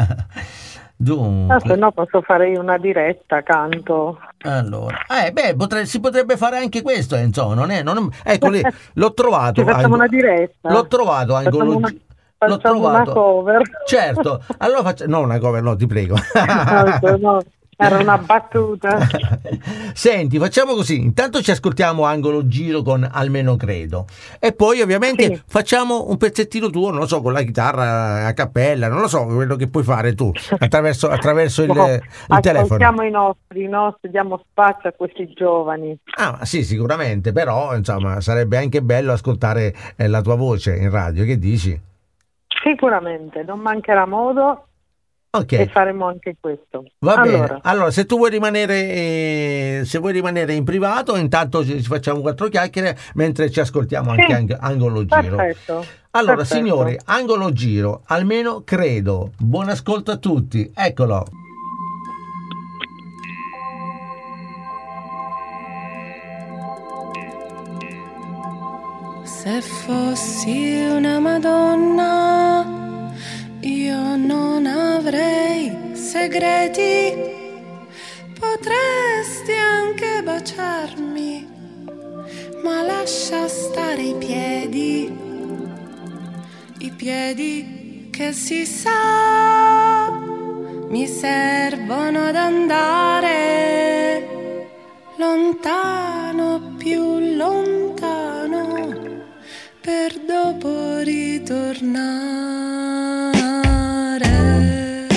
Speaker 3: Ah, se
Speaker 2: Dunque,
Speaker 3: no posso fare io una diretta, canto.
Speaker 2: allora, eh, beh, potre- si potrebbe fare anche questo, eh, insomma, non è, non è- ecco lì, l'ho trovato.
Speaker 3: Ci facciamo
Speaker 2: Ango-
Speaker 3: una diretta.
Speaker 2: L'ho trovato,
Speaker 3: Facciamo
Speaker 2: Angolo
Speaker 3: una,
Speaker 2: Gi- l'ho
Speaker 3: facciamo una
Speaker 2: trovato.
Speaker 3: cover.
Speaker 2: Certo, allora faccio, no, una cover, no, ti prego.
Speaker 3: No, no, era una battuta.
Speaker 2: Senti, facciamo così, intanto ci ascoltiamo Angolo Giro con Almeno Credo, e poi ovviamente
Speaker 3: Sì.
Speaker 2: facciamo un pezzettino tuo, non lo so, con la chitarra a cappella, non lo so, quello che puoi fare tu attraverso, attraverso il,
Speaker 3: No,
Speaker 2: il telefono.
Speaker 3: ascoltiamo i nostri, i nostri, diamo spazio a questi giovani.
Speaker 2: Ah, ma sì, sicuramente, però insomma sarebbe anche bello ascoltare eh, la tua voce in radio, che dici?
Speaker 3: Sicuramente, non mancherà modo
Speaker 2: Ok.
Speaker 3: e faremo anche questo.
Speaker 2: Va
Speaker 3: allora,
Speaker 2: bene, allora se tu vuoi rimanere eh, se vuoi rimanere in privato, intanto ci ci facciamo quattro chiacchiere mentre ci ascoltiamo anche
Speaker 3: Sì.
Speaker 2: Ang- Angolo Giro.
Speaker 3: perfetto.
Speaker 2: Allora
Speaker 3: perfetto.
Speaker 2: signori, Angolo Giro, Almeno Credo, buon ascolto a tutti, eccolo.
Speaker 4: Se fossi una Madonna, io non avrei segreti, potresti anche baciarmi, ma lascia stare i piedi, i piedi che si sa mi servono ad andare lontano, più lontano, per dopo ritornare.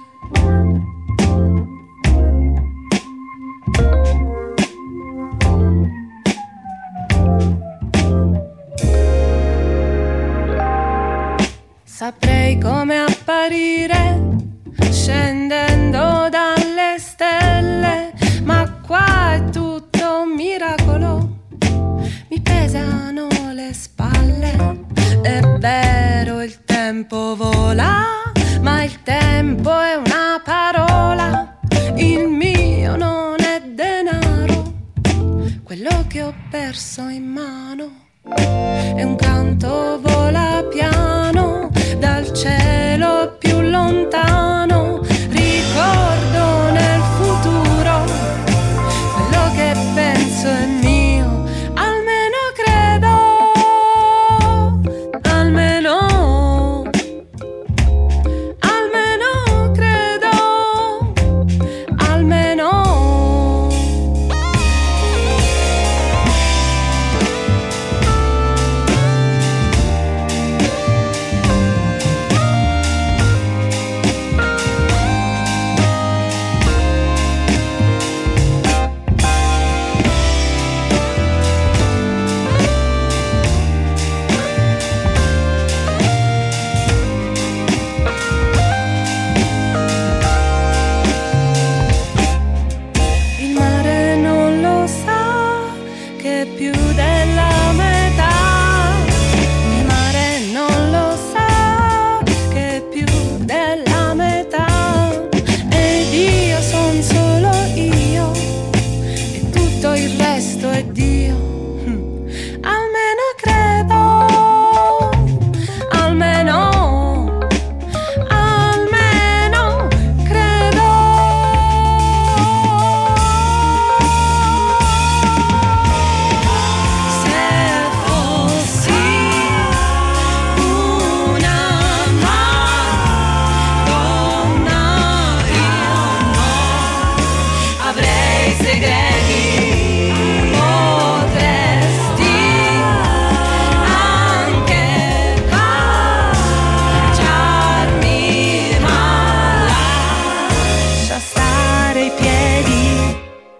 Speaker 4: Saprei come apparire scendendo dalle stelle, ma qua è tutto un miracolo, mi pesano le spalle. È vero, il tempo vola, ma il tempo è una parola, il mio non è denaro, quello che ho perso in mano è un canto, vola piano dal cielo più lontano, ricordo nel futuro quello che penso è mio, almeno credo, almeno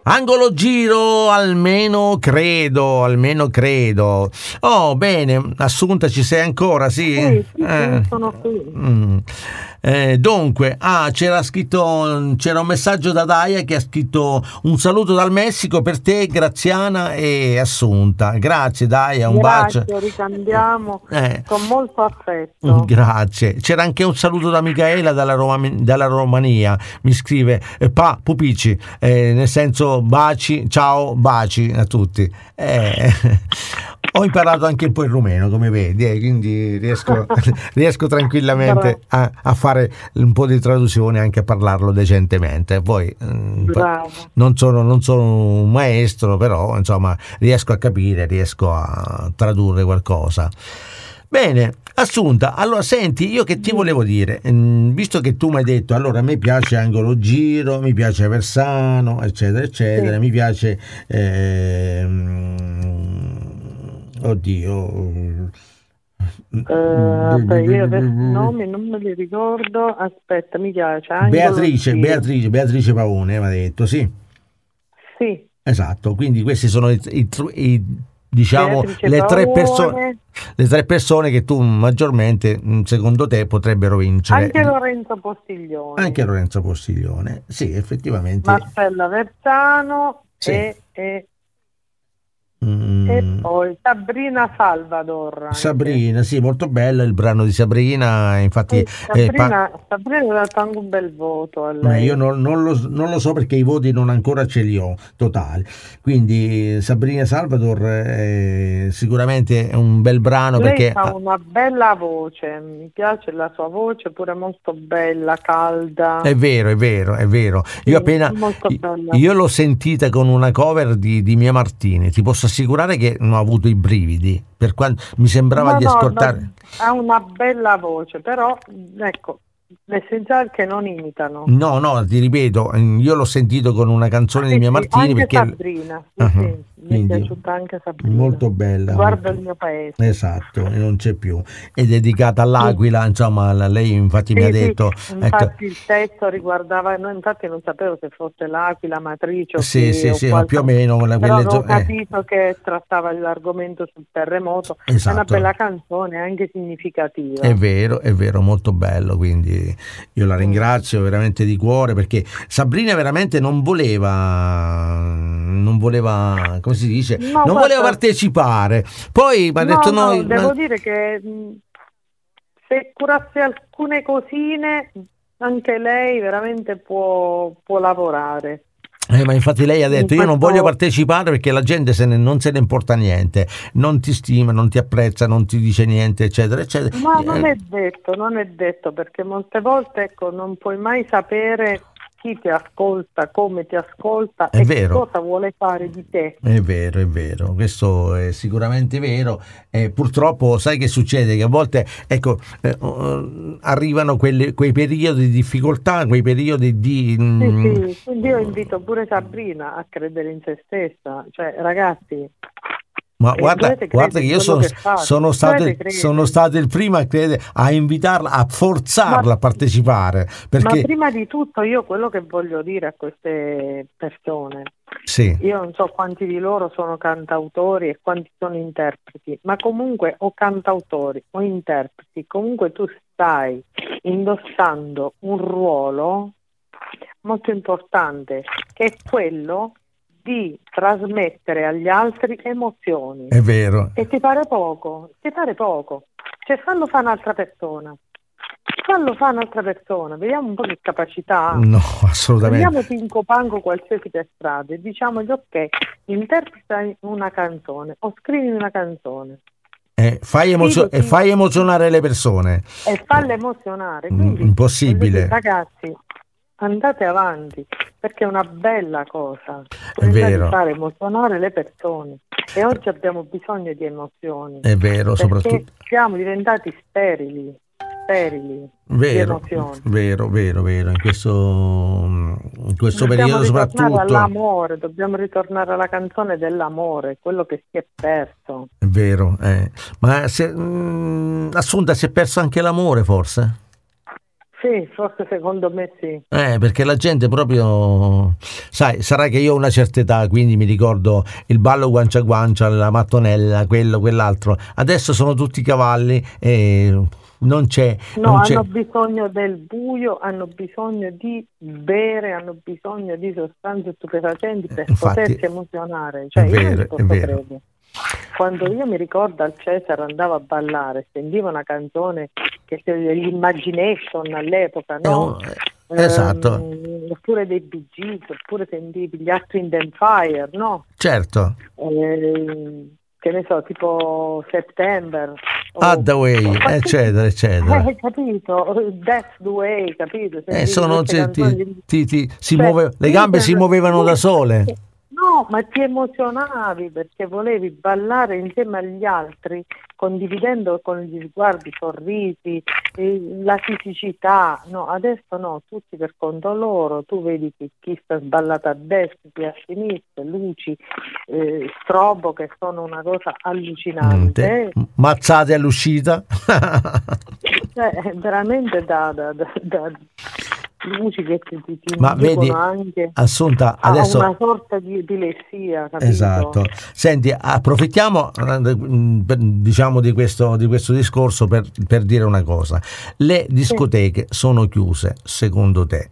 Speaker 2: Angolo giro, almeno credo, almeno credo. Oh, bene, Assunta, ci sei ancora, sì?
Speaker 3: Sì, sì,
Speaker 2: eh.
Speaker 3: sì, sono qui.
Speaker 2: Mm. Eh, dunque, ah, c'era scritto, c'era un messaggio da Daia che ha scritto un saluto dal Messico per te, Graziana e Assunta. Grazie Daia, un
Speaker 3: Grazie,
Speaker 2: bacio.
Speaker 3: ricambiamo
Speaker 2: Eh.
Speaker 3: con molto affetto.
Speaker 2: Grazie. C'era anche un saluto da Micaela dalla, Roma, dalla Romania. Mi scrive eh, pa pupici, eh, nel senso baci, ciao, baci a tutti. Eh, ho imparato anche un po' il rumeno, come vedi, eh, quindi riesco, riesco tranquillamente a, a fare un po' di traduzione, anche a parlarlo decentemente. Poi
Speaker 3: Bravo.
Speaker 2: non sono, non sono un maestro, però insomma riesco a capire, riesco a tradurre qualcosa. Bene, Assunta, allora senti, io che ti volevo dire, visto che tu mi hai detto, allora a me piace Angolo Giro, mi piace Aversano, eccetera, eccetera,
Speaker 3: Sì.
Speaker 2: mi piace, ehm, oddio,
Speaker 3: Uh, beh, io adesso i nomi non me li ricordo. Aspetta, mi piace Angolo
Speaker 2: Beatrice,
Speaker 3: Giro.
Speaker 2: Beatrice, Beatrice Pavone mi ha detto, sì.
Speaker 3: Sì.
Speaker 2: Esatto, quindi questi sono i, i, i diciamo
Speaker 3: Beatrice
Speaker 2: le tre,
Speaker 3: Pavone.
Speaker 2: persone, le tre persone che tu maggiormente secondo te potrebbero vincere.
Speaker 3: Anche Lorenzo Postiglione.
Speaker 2: Anche Lorenzo Postiglione, sì, effettivamente.
Speaker 3: Marcella Versano,
Speaker 2: Sì.
Speaker 3: e, e,
Speaker 2: mm.
Speaker 3: e poi Sabrina Salvador. Anche.
Speaker 2: Sabrina, sì, molto bello il brano di Sabrina, infatti
Speaker 3: Sì, Sabrina,
Speaker 2: eh, pa-
Speaker 3: Sabrina ha dato anche un bel voto a
Speaker 2: eh,
Speaker 3: lei.
Speaker 2: io non, non, lo, non lo so perché i voti non ancora ce li ho totali, quindi Sabrina Salvador eh, sicuramente è un bel brano
Speaker 3: Lei
Speaker 2: perché
Speaker 3: ha una bella voce, mi piace la sua voce, pure molto bella, calda.
Speaker 2: è vero, è vero, è vero.
Speaker 3: Sì,
Speaker 2: Io appena
Speaker 3: molto
Speaker 2: io,
Speaker 3: bella.
Speaker 2: io l'ho sentita con una cover di, di Mia Martini, ti posso assicurare che non ho avuto i brividi, per quanto mi sembrava
Speaker 3: No,
Speaker 2: di
Speaker 3: no,
Speaker 2: ascoltare.
Speaker 3: no, ha una bella voce, però ecco, l'essenziale è che non imitano.
Speaker 2: No, no, ti ripeto, io l'ho sentito con una canzone
Speaker 3: Sì,
Speaker 2: di Mia
Speaker 3: sì,
Speaker 2: Martini
Speaker 3: anche
Speaker 2: perché
Speaker 3: Sabrina, sì,
Speaker 2: uh-huh,
Speaker 3: sì, mi è
Speaker 2: quindi
Speaker 3: piaciuta anche Sabrina.
Speaker 2: molto bella.
Speaker 3: Guarda
Speaker 2: molto...
Speaker 3: il mio paese.
Speaker 2: Esatto, e non c'è più. È dedicata all'Aquila, insomma, lei infatti
Speaker 3: Sì,
Speaker 2: mi ha
Speaker 3: sì,
Speaker 2: detto
Speaker 3: infatti
Speaker 2: ecco,
Speaker 3: il testo riguardava, no, infatti non sapevo se fosse l'Aquila, Matrice o,
Speaker 2: sì,
Speaker 3: chi,
Speaker 2: sì,
Speaker 3: o
Speaker 2: sì, ma
Speaker 3: qualche...
Speaker 2: più o meno quelle
Speaker 3: però avevo
Speaker 2: zo- eh,
Speaker 3: capito che trattava l'argomento sul terremoto. È una
Speaker 2: esatto.
Speaker 3: bella canzone, anche significativa.
Speaker 2: È vero, è vero, molto bello, quindi io la ringrazio veramente di cuore perché Sabrina veramente non voleva, non voleva, come si dice,
Speaker 3: No,
Speaker 2: non
Speaker 3: guarda,
Speaker 2: voleva partecipare. Poi mi ha
Speaker 3: no,
Speaker 2: detto
Speaker 3: no,
Speaker 2: no,
Speaker 3: devo
Speaker 2: ma-
Speaker 3: dire che mh, se curasse alcune cosine, anche lei veramente può, può lavorare.
Speaker 2: Eh, ma infatti lei ha detto
Speaker 3: In
Speaker 2: io non
Speaker 3: questo-
Speaker 2: voglio partecipare perché la gente se ne- non se ne importa niente, non ti stima, non ti apprezza, non ti dice niente, eccetera, eccetera.
Speaker 3: Ma non
Speaker 2: Eh,
Speaker 3: è detto, non è detto, perché molte volte ecco, non puoi mai sapere chi ti ascolta, come ti ascolta
Speaker 2: È
Speaker 3: e
Speaker 2: vero.
Speaker 3: che cosa vuole fare di te.
Speaker 2: È vero, è vero, questo è sicuramente vero. E purtroppo sai che succede? Che a volte ecco, eh, uh, arrivano quelle- quei periodi di difficoltà, quei periodi di...
Speaker 3: Sì,
Speaker 2: mm,
Speaker 3: sì, quindi io invito pure Sabrina a credere in se stessa, cioè ragazzi,
Speaker 2: ma
Speaker 3: eh,
Speaker 2: guarda,
Speaker 3: dovete
Speaker 2: guarda
Speaker 3: credere
Speaker 2: che
Speaker 3: in
Speaker 2: io
Speaker 3: quello
Speaker 2: sono,
Speaker 3: che fate,
Speaker 2: sono, stato,
Speaker 3: dovete credere.
Speaker 2: sono stato il primo a, credere, a invitarla, a forzarla
Speaker 3: Ma-
Speaker 2: a partecipare.
Speaker 3: Ma
Speaker 2: Perché
Speaker 3: prima di tutto io quello che voglio dire a queste persone,
Speaker 2: sì,
Speaker 3: io non so quanti di loro sono cantautori e quanti sono interpreti, ma comunque o cantautori o interpreti, comunque tu stai indossando un ruolo molto importante, che è quello di trasmettere agli altri emozioni.
Speaker 2: è vero.
Speaker 3: E ti pare poco, ti pare poco, cioè fallo fa un'altra persona. Fallo fa un'altra persona, vediamo un po' che capacità ha.
Speaker 2: No, assolutamente.
Speaker 3: Prendiamo Pinco Panco qualsiasi per strada e diciamogli ok, interpreta una canzone o scrivi una canzone
Speaker 2: Eh, fai emozio-
Speaker 3: Sì,
Speaker 2: e
Speaker 3: sì.
Speaker 2: fai emozionare le persone.
Speaker 3: e falle emozionare.
Speaker 2: Mm,
Speaker 3: Quindi,
Speaker 2: impossibile.
Speaker 3: voglio dire, ragazzi, andate avanti perché è una bella cosa,
Speaker 2: È
Speaker 3: quella
Speaker 2: vero.
Speaker 3: di fare emozionare le persone. E oggi abbiamo bisogno di emozioni.
Speaker 2: È vero,
Speaker 3: perché
Speaker 2: soprattutto.
Speaker 3: siamo diventati sterili, sterili di
Speaker 2: Vero,
Speaker 3: emozioni.
Speaker 2: vero, vero, vero. In questo, in questo
Speaker 3: Dobbiamo
Speaker 2: periodo
Speaker 3: ritornare
Speaker 2: soprattutto.
Speaker 3: all'amore, dobbiamo ritornare alla canzone dell'amore, quello che si è perso.
Speaker 2: È vero, eh. Ma se, mh, Assunta, si è perso anche l'amore, forse?
Speaker 3: Sì, forse secondo me sì.
Speaker 2: Eh, perché la gente proprio, sai, sarà che io ho una certa età, quindi mi ricordo il ballo guancia a guancia, la mattonella, quello, quell'altro. Adesso sono tutti cavalli e non c'è,
Speaker 3: No,
Speaker 2: non c'è.
Speaker 3: hanno bisogno del buio, hanno bisogno di bere, hanno bisogno di sostanze stupefacenti per
Speaker 2: Infatti,
Speaker 3: potersi emozionare. Cioè,
Speaker 2: è
Speaker 3: io non
Speaker 2: vero,
Speaker 3: ci
Speaker 2: è
Speaker 3: posso
Speaker 2: vero.
Speaker 3: credere. Quando io mi ricordo al Cesare andavo a ballare, sentivo una canzone che degli Imagination all'epoca,
Speaker 2: È
Speaker 3: no?
Speaker 2: un- esatto,
Speaker 3: Ehm, oppure dei Bee Gees, oppure sentivi gli Earth, Wind and Fire, no?
Speaker 2: certo.
Speaker 3: Ehm, che ne so, tipo September, o,
Speaker 2: Hathaway,
Speaker 3: o qualsiasi-
Speaker 2: eccetera, eccetera.
Speaker 3: eh, capito? That's the way, capito?
Speaker 2: Eh,
Speaker 3: Sentivi
Speaker 2: sono,
Speaker 3: queste
Speaker 2: ti- ti-
Speaker 3: canzoni.
Speaker 2: ti- ti- si
Speaker 3: Cioè,
Speaker 2: muove- le
Speaker 3: sì,
Speaker 2: gambe si
Speaker 3: per-
Speaker 2: muovevano da
Speaker 3: sì,
Speaker 2: sole.
Speaker 3: sì. No, ma ti emozionavi perché volevi ballare insieme agli altri, condividendo con gli sguardi, i sorrisi, eh, la fisicità. No, adesso no, tutti per conto loro. Tu vedi che chi sta sballato a destra, chi a sinistra, luci, eh, strobo che sono una cosa
Speaker 2: Mm,
Speaker 3: allucinante.
Speaker 2: te- mazzate all'uscita.
Speaker 3: Cioè, è veramente da, da, da, da luci che ti, ti, ti
Speaker 2: Ma vedi,
Speaker 3: inducono anche
Speaker 2: Assunta,
Speaker 3: a
Speaker 2: adesso
Speaker 3: una sorta di epilessia, capito?
Speaker 2: esatto. Senti, approfittiamo, eh, per- diciamo, di questo, di questo discorso per, per dire una cosa. Le discoteche sono chiuse, secondo te?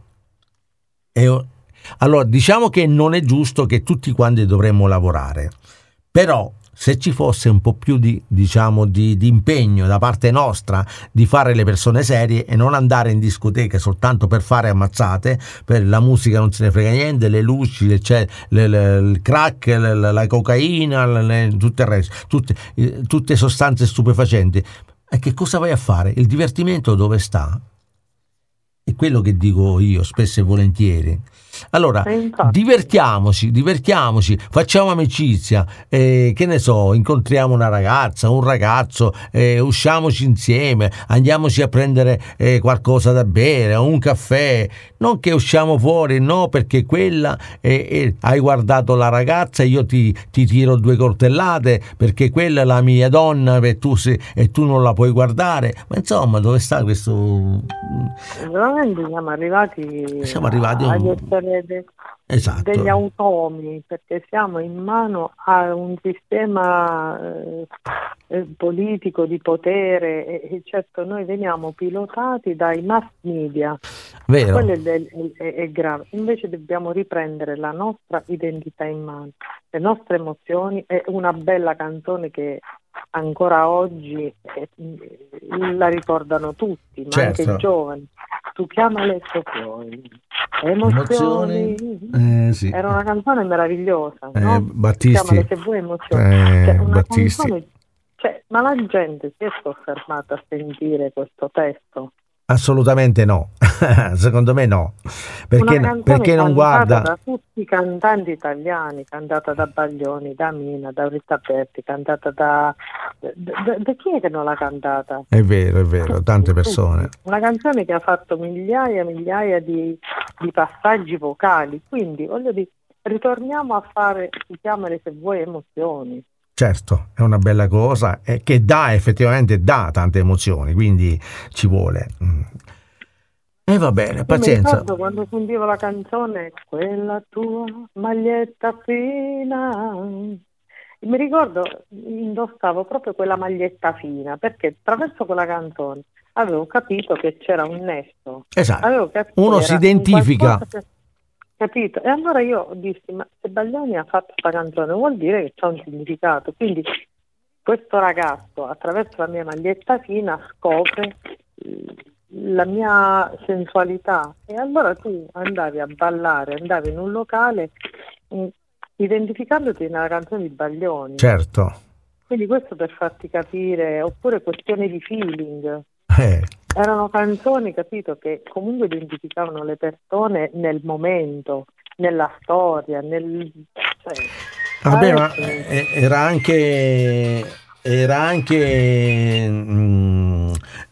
Speaker 2: E, allora, diciamo che non è giusto che tutti quanti dovremmo lavorare, però se ci fosse un po' più di, diciamo, di, di impegno da parte nostra di fare le persone serie e non andare in discoteca soltanto per fare ammazzate, per la musica non se ne frega niente, le luci, le, cioè, le, le, il crack, le, la, la cocaina, le, tutto il resto, tutte, eh, tutte sostanze stupefacenti. E che cosa vai a fare? Il divertimento dove sta? È quello che dico io spesso e volentieri. Allora,
Speaker 3: E infatti.
Speaker 2: divertiamoci, divertiamoci, facciamo amicizia, eh, che ne so, incontriamo una ragazza, un ragazzo, eh, usciamoci insieme, andiamoci a prendere eh, qualcosa da bere, un caffè, non che usciamo fuori, no, perché quella eh, eh, hai guardato la ragazza e io ti, ti tiro due coltellate perché quella è la mia donna e tu, sei, e tu non la puoi guardare. Ma insomma, dove sta questo?
Speaker 3: Veramente siamo arrivati,
Speaker 2: Siamo arrivati a
Speaker 3: a
Speaker 2: un-
Speaker 3: essere de-
Speaker 2: Esatto.
Speaker 3: degli automi, perché siamo in mano a un sistema eh, eh, politico di potere e, e certo noi veniamo pilotati dai mass media.
Speaker 2: Vero.
Speaker 3: Quello è, del- è- è grave. Invece dobbiamo riprendere la nostra identità in mano, le nostre emozioni. È una bella canzone che ancora oggi eh, la ricordano tutti, ma
Speaker 2: Certo.
Speaker 3: anche i giovani. Tu chiamale se puoi. Emozioni.
Speaker 2: Eh, sì.
Speaker 3: Era una canzone meravigliosa,
Speaker 2: Eh,
Speaker 3: no?
Speaker 2: Battisti.
Speaker 3: Chiamale se vuoi emozioni.
Speaker 2: Eh,
Speaker 3: Cioè, una
Speaker 2: Battisti.
Speaker 3: canzone- cioè, ma la gente si è soffermata a sentire questo testo?
Speaker 2: Assolutamente no. Secondo me no. Perché,
Speaker 3: Una
Speaker 2: no?
Speaker 3: canzone
Speaker 2: Perché non
Speaker 3: cantata
Speaker 2: guarda?
Speaker 3: da tutti i cantanti italiani, cantata da Baglioni, da Mina, da Rita Berti, cantata da... da, da- da chi è che non l'ha cantata?
Speaker 2: È vero, è vero, tante persone.
Speaker 3: Una canzone che ha fatto migliaia e migliaia di, di passaggi vocali, quindi voglio dire, ritorniamo a fare, chiamale se vuoi, emozioni.
Speaker 2: Certo, è una bella cosa e che dà effettivamente dà tante emozioni, quindi ci vuole. Mm. E va bene,
Speaker 3: Io mi
Speaker 2: pazienza.
Speaker 3: ricordo quando sentivo la canzone quella tua maglietta fina, mi ricordo indossavo proprio quella maglietta fina perché attraverso quella canzone avevo capito che c'era un nesso.
Speaker 2: Esatto.
Speaker 3: Avevo capito
Speaker 2: Uno
Speaker 3: che
Speaker 2: si
Speaker 3: era un
Speaker 2: identifica.
Speaker 3: qualcosa che- capito? E allora io dissi, ma se Baglioni ha fatto questa canzone vuol dire che c'ha un significato. Quindi questo ragazzo attraverso la mia maglietta fina scopre eh, la mia sensualità e allora tu andavi a ballare, andavi in un locale mh, identificandoti nella canzone di Baglioni.
Speaker 2: Certo.
Speaker 3: Quindi questo per farti capire, oppure questione di feeling.
Speaker 2: Eh,
Speaker 3: Erano canzoni, capito, che comunque identificavano le persone nel momento, nella storia, nel... Cioè,
Speaker 2: vabbè, ma
Speaker 3: adesso-
Speaker 2: eh, era anche era anche mm,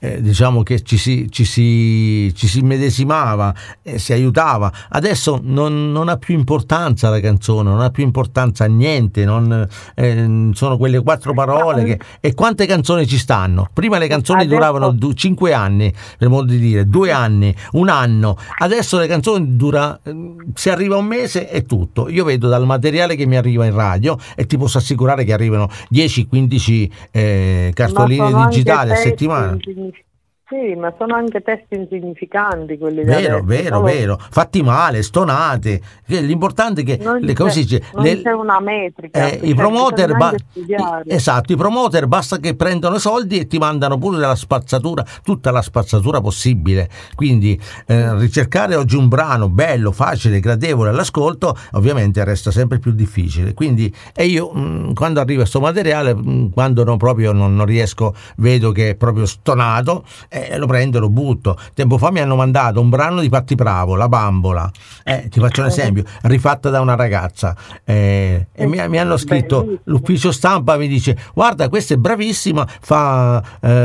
Speaker 2: eh, diciamo che ci si, ci si, ci si medesimava, eh, si aiutava. Adesso non, non ha più importanza la canzone, non ha più importanza niente, non, eh, sono quelle quattro parole che, e quante canzoni ci stanno? Prima le canzoni
Speaker 3: Adesso...
Speaker 2: duravano du- cinque anni, per modo di dire, due anni, un anno. Adesso le canzoni dura, se arriva un mese è tutto. Io vedo dal materiale che mi arriva in radio, e ti posso assicurare che arrivano dieci quindici eh, cartoline digitali a settimana.
Speaker 3: Sì, ma sono anche testi insignificanti quelli di
Speaker 2: vero,
Speaker 3: adesso.
Speaker 2: vero,
Speaker 3: Solo...
Speaker 2: vero, fatti male, stonate. L'importante è che
Speaker 3: non
Speaker 2: le
Speaker 3: c'è,
Speaker 2: cose dice,
Speaker 3: non
Speaker 2: le,
Speaker 3: c'è una metrica,
Speaker 2: eh, i promoter ba-
Speaker 3: studiare.
Speaker 2: esatto, i promoter basta che prendano soldi e ti mandano pure della spazzatura, tutta la spazzatura possibile. Quindi eh, ricercare oggi un brano bello, facile, gradevole all'ascolto, ovviamente resta sempre più difficile. Quindi e io mh, quando arriva questo materiale, mh, quando non proprio non, non riesco, vedo che è proprio stonato, Eh, lo prendo e lo butto. Tempo fa mi hanno mandato un brano di Patti Bravo, La Bambola, eh, ti faccio un esempio, rifatta da una ragazza, eh, e mi, mi hanno scritto, l'ufficio stampa mi dice guarda questa è bravissima, fa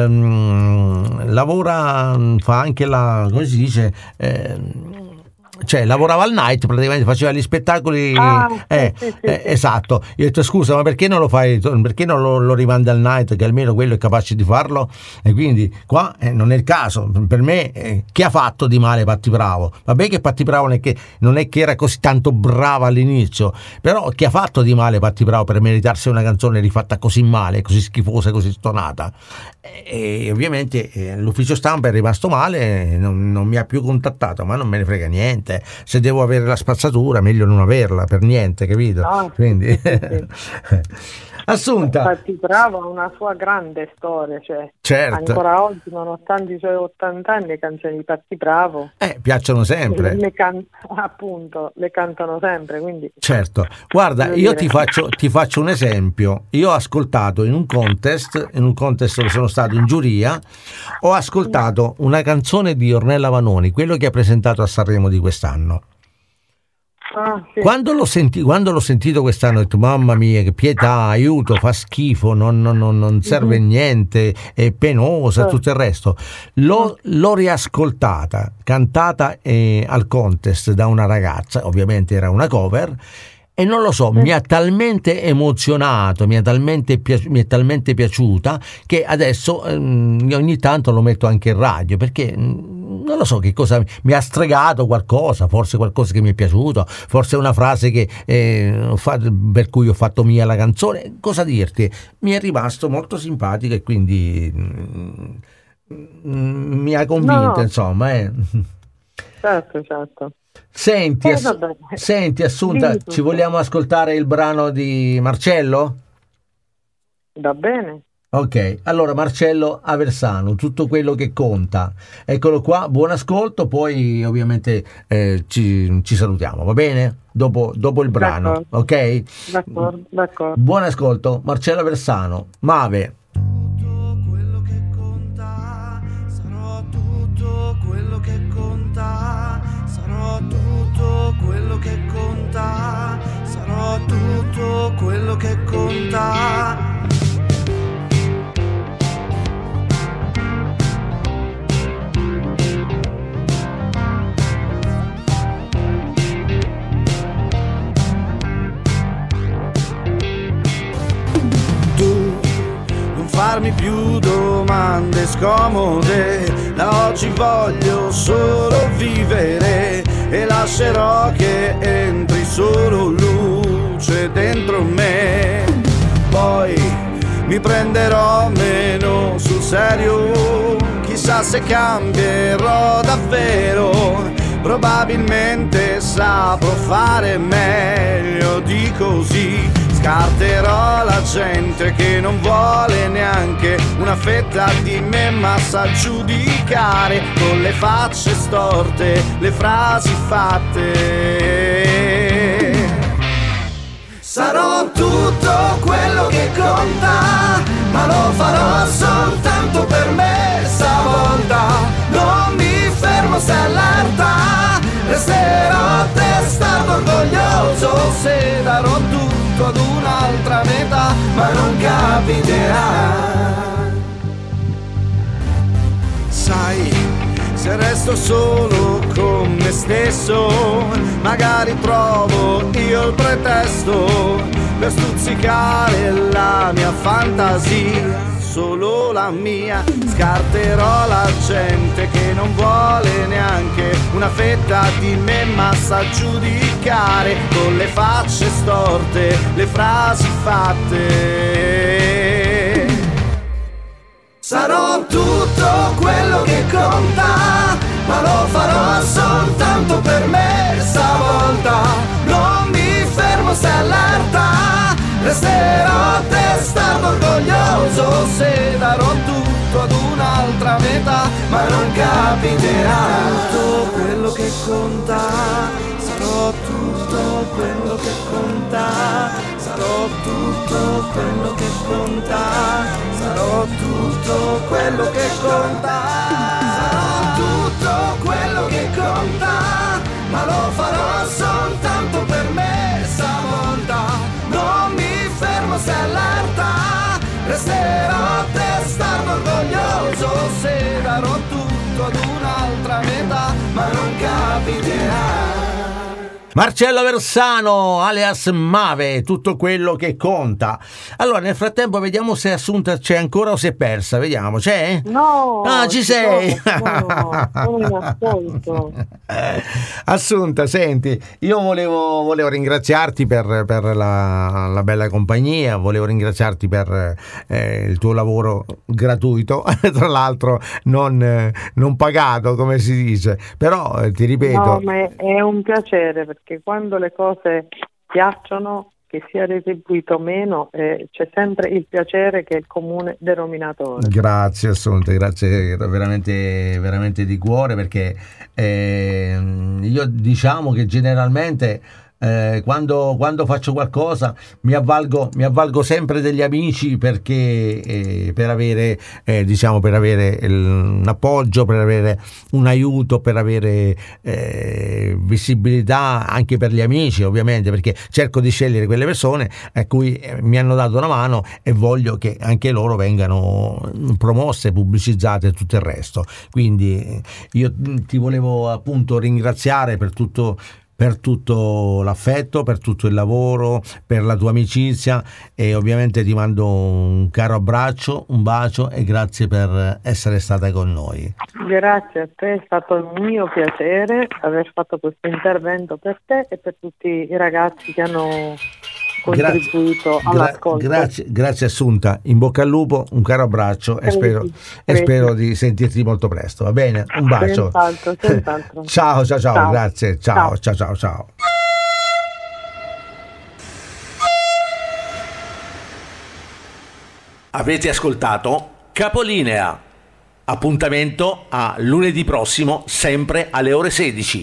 Speaker 2: ehm, lavora, fa anche la, come si dice, ehm, cioè lavorava al night, praticamente faceva gli spettacoli,
Speaker 3: ah,
Speaker 2: eh,
Speaker 3: sì, sì,
Speaker 2: eh,
Speaker 3: sì.
Speaker 2: esatto. Io ho detto scusa, ma perché non lo fai, perché non lo, lo rimandi al night, che almeno quello è capace di farlo? E quindi qua eh, non è il caso. Per me eh, chi ha fatto di male Patti Bravo? Vabbè che Patti Bravo non è che, non è che era così tanto brava all'inizio, però chi ha fatto di male Patti Bravo per meritarsi una canzone rifatta così male, così schifosa, così stonata? E, e ovviamente eh, l'ufficio stampa è rimasto male, non, non mi ha più contattato, ma non me ne frega niente. Se devo avere la spazzatura meglio non averla per niente, capito?
Speaker 3: Ah,
Speaker 2: quindi
Speaker 3: sì, sì.
Speaker 2: Assunta.
Speaker 3: Patti Bravo ha una sua grande storia, cioè
Speaker 2: Certo.
Speaker 3: ancora oggi nonostante i suoi ottanta anni le canzoni di Patti Bravo
Speaker 2: Eh, piacciono sempre.
Speaker 3: le can- appunto le cantano sempre, quindi
Speaker 2: Certo, guarda,
Speaker 3: Devo
Speaker 2: io
Speaker 3: dire.
Speaker 2: ti faccio, ti faccio un esempio. Io ho ascoltato in un contest, in un contest dove sono stato in giuria, ho ascoltato una canzone di Ornella Vanoni, quello che ha presentato a Sanremo di quest'anno.
Speaker 3: ah, sì.
Speaker 2: Quando l'ho, senti- quando l'ho sentito quest'anno ho detto mamma mia che pietà, aiuto, fa schifo, non, non- non- non serve
Speaker 3: Mhm.
Speaker 2: niente, è penosa,
Speaker 3: Certo.
Speaker 2: tutto il resto. L'ho, l'ho riascoltata, cantata eh, al contest da una ragazza, ovviamente era una cover, e non lo so, mi ha talmente emozionato, mi, ha talmente pi- mi è talmente piaciuta che adesso ehm, ogni tanto lo metto anche in radio, perché mm, non lo so che cosa mi ha stregato, qualcosa, forse qualcosa che mi è piaciuto, forse una frase che, eh, ho fatto- per cui ho fatto mia la canzone. Cosa dirti? Mi è rimasto molto simpatico e quindi mm, mm, mi ha convinto,
Speaker 3: No, no.
Speaker 2: insomma. Eh.
Speaker 3: certo certo
Speaker 2: Senti,
Speaker 3: Eh,
Speaker 2: Ass-
Speaker 3: vabbè.
Speaker 2: senti Assunta,
Speaker 3: Dimmi tutto.
Speaker 2: ci vogliamo ascoltare il brano di Marcello?
Speaker 3: va bene.
Speaker 2: Ok, allora Marcello Aversano, tutto quello che conta. Eccolo qua, buon ascolto, poi ovviamente eh, ci, ci salutiamo, va bene? Dopo, dopo il brano,
Speaker 3: D'accordo.
Speaker 2: ok?
Speaker 3: D'accordo, d'accordo.
Speaker 2: Buon ascolto, Marcello Aversano, Mave.
Speaker 5: Tutto quello che conta, sarò tutto quello che conta, sarò tutto quello che conta, sarò tutto quello che conta. Tu non farmi più domande scomode, da oggi voglio solo vivere e lascerò che entri solo luce dentro me. Poi mi prenderò meno sul serio, chissà se cambierò davvero, probabilmente saprò fare meglio di così. Scarterò la gente che non vuole neanche una fetta di me, ma sa giudicare con le facce storte le frasi fatte. Sarò tutto quello che conta, ma lo farò soltanto per me stavolta. Non mi fermo se all'alta, resterò testato orgoglioso se darò tutto ad un'altra metà, ma non capiterà. sai, se resto solo con me stesso, magari trovo io il pretesto per stuzzicare la mia fantasia, solo la mia. Scarterò la gente che non vuole neanche una fetta di me, ma sa giudicare con le facce storte le frasi fatte. Sarò tutto quello che conta, ma lo farò soltanto per me stavolta. Non mi fermo se allerta, resterò testardo orgoglioso se darò tutto ad un'altra metà, ma non capiterà. Tutto quello che conta, sarò tutto quello che conta, sarò tutto quello che conta, sarò tutto quello che conta, sarò tutto quello che conta, ma lo farò soltanto per me stavolta. Non mi fermo se allerta, resterò testardo orgoglioso se darò tutto ad un'altra metà, ma non capiterà.
Speaker 2: Marcello Versano, alias Mave, tutto quello che conta. Allora, nel frattempo vediamo se Assunta c'è ancora o si è persa. Vediamo, c'è?
Speaker 3: No,
Speaker 2: ah, ci sei?
Speaker 3: No, sono in ascolto.
Speaker 2: Assunta, senti, io volevo, volevo ringraziarti per, per la, la bella compagnia, volevo ringraziarti per eh, il tuo lavoro gratuito, tra l'altro non, eh, non pagato, come si dice, però eh, ti ripeto...
Speaker 3: No, ma è, è un piacere, perché quando le cose piacciono, che sia retribuito o meno, eh, c'è sempre il piacere che è il comune denominatore.
Speaker 2: Grazie Assunta, grazie veramente, veramente di cuore, perché eh, io diciamo che generalmente eh, quando, quando faccio qualcosa mi avvalgo, mi avvalgo sempre degli amici, perché eh, per avere eh, diciamo per avere il, un appoggio, per avere un aiuto, per avere eh, visibilità anche per gli amici, ovviamente, perché cerco di scegliere quelle persone a cui eh, mi hanno dato una mano e voglio che anche loro vengano promosse, pubblicizzate e tutto il resto. Quindi io ti volevo appunto ringraziare per tutto per tutto l'affetto, per tutto il lavoro, per la tua amicizia, e ovviamente ti mando un caro abbraccio, un bacio e grazie per essere stata con noi.
Speaker 3: Grazie a te, è stato il mio piacere aver fatto questo intervento per te e per tutti i ragazzi che hanno contribuito
Speaker 2: grazie,
Speaker 3: all'ascolto.
Speaker 2: Gra- grazie, grazie Assunta, in bocca al lupo, un caro abbraccio e spero, e spero di sentirti molto presto, va bene? Un bacio.
Speaker 3: Senz'altro, senz'altro.
Speaker 2: ciao, ciao, ciao,
Speaker 3: ciao,
Speaker 2: grazie, ciao, ciao, ciao, ciao.
Speaker 1: Avete ascoltato Capolinea. Appuntamento a lunedì prossimo, sempre alle ore sedici.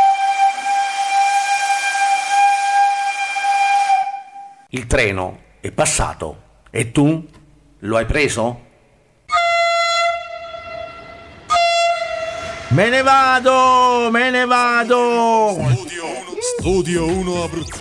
Speaker 1: Il treno è passato e tu lo hai preso?
Speaker 2: Me ne vado, me ne vado.
Speaker 6: Studio uno Abruzzo.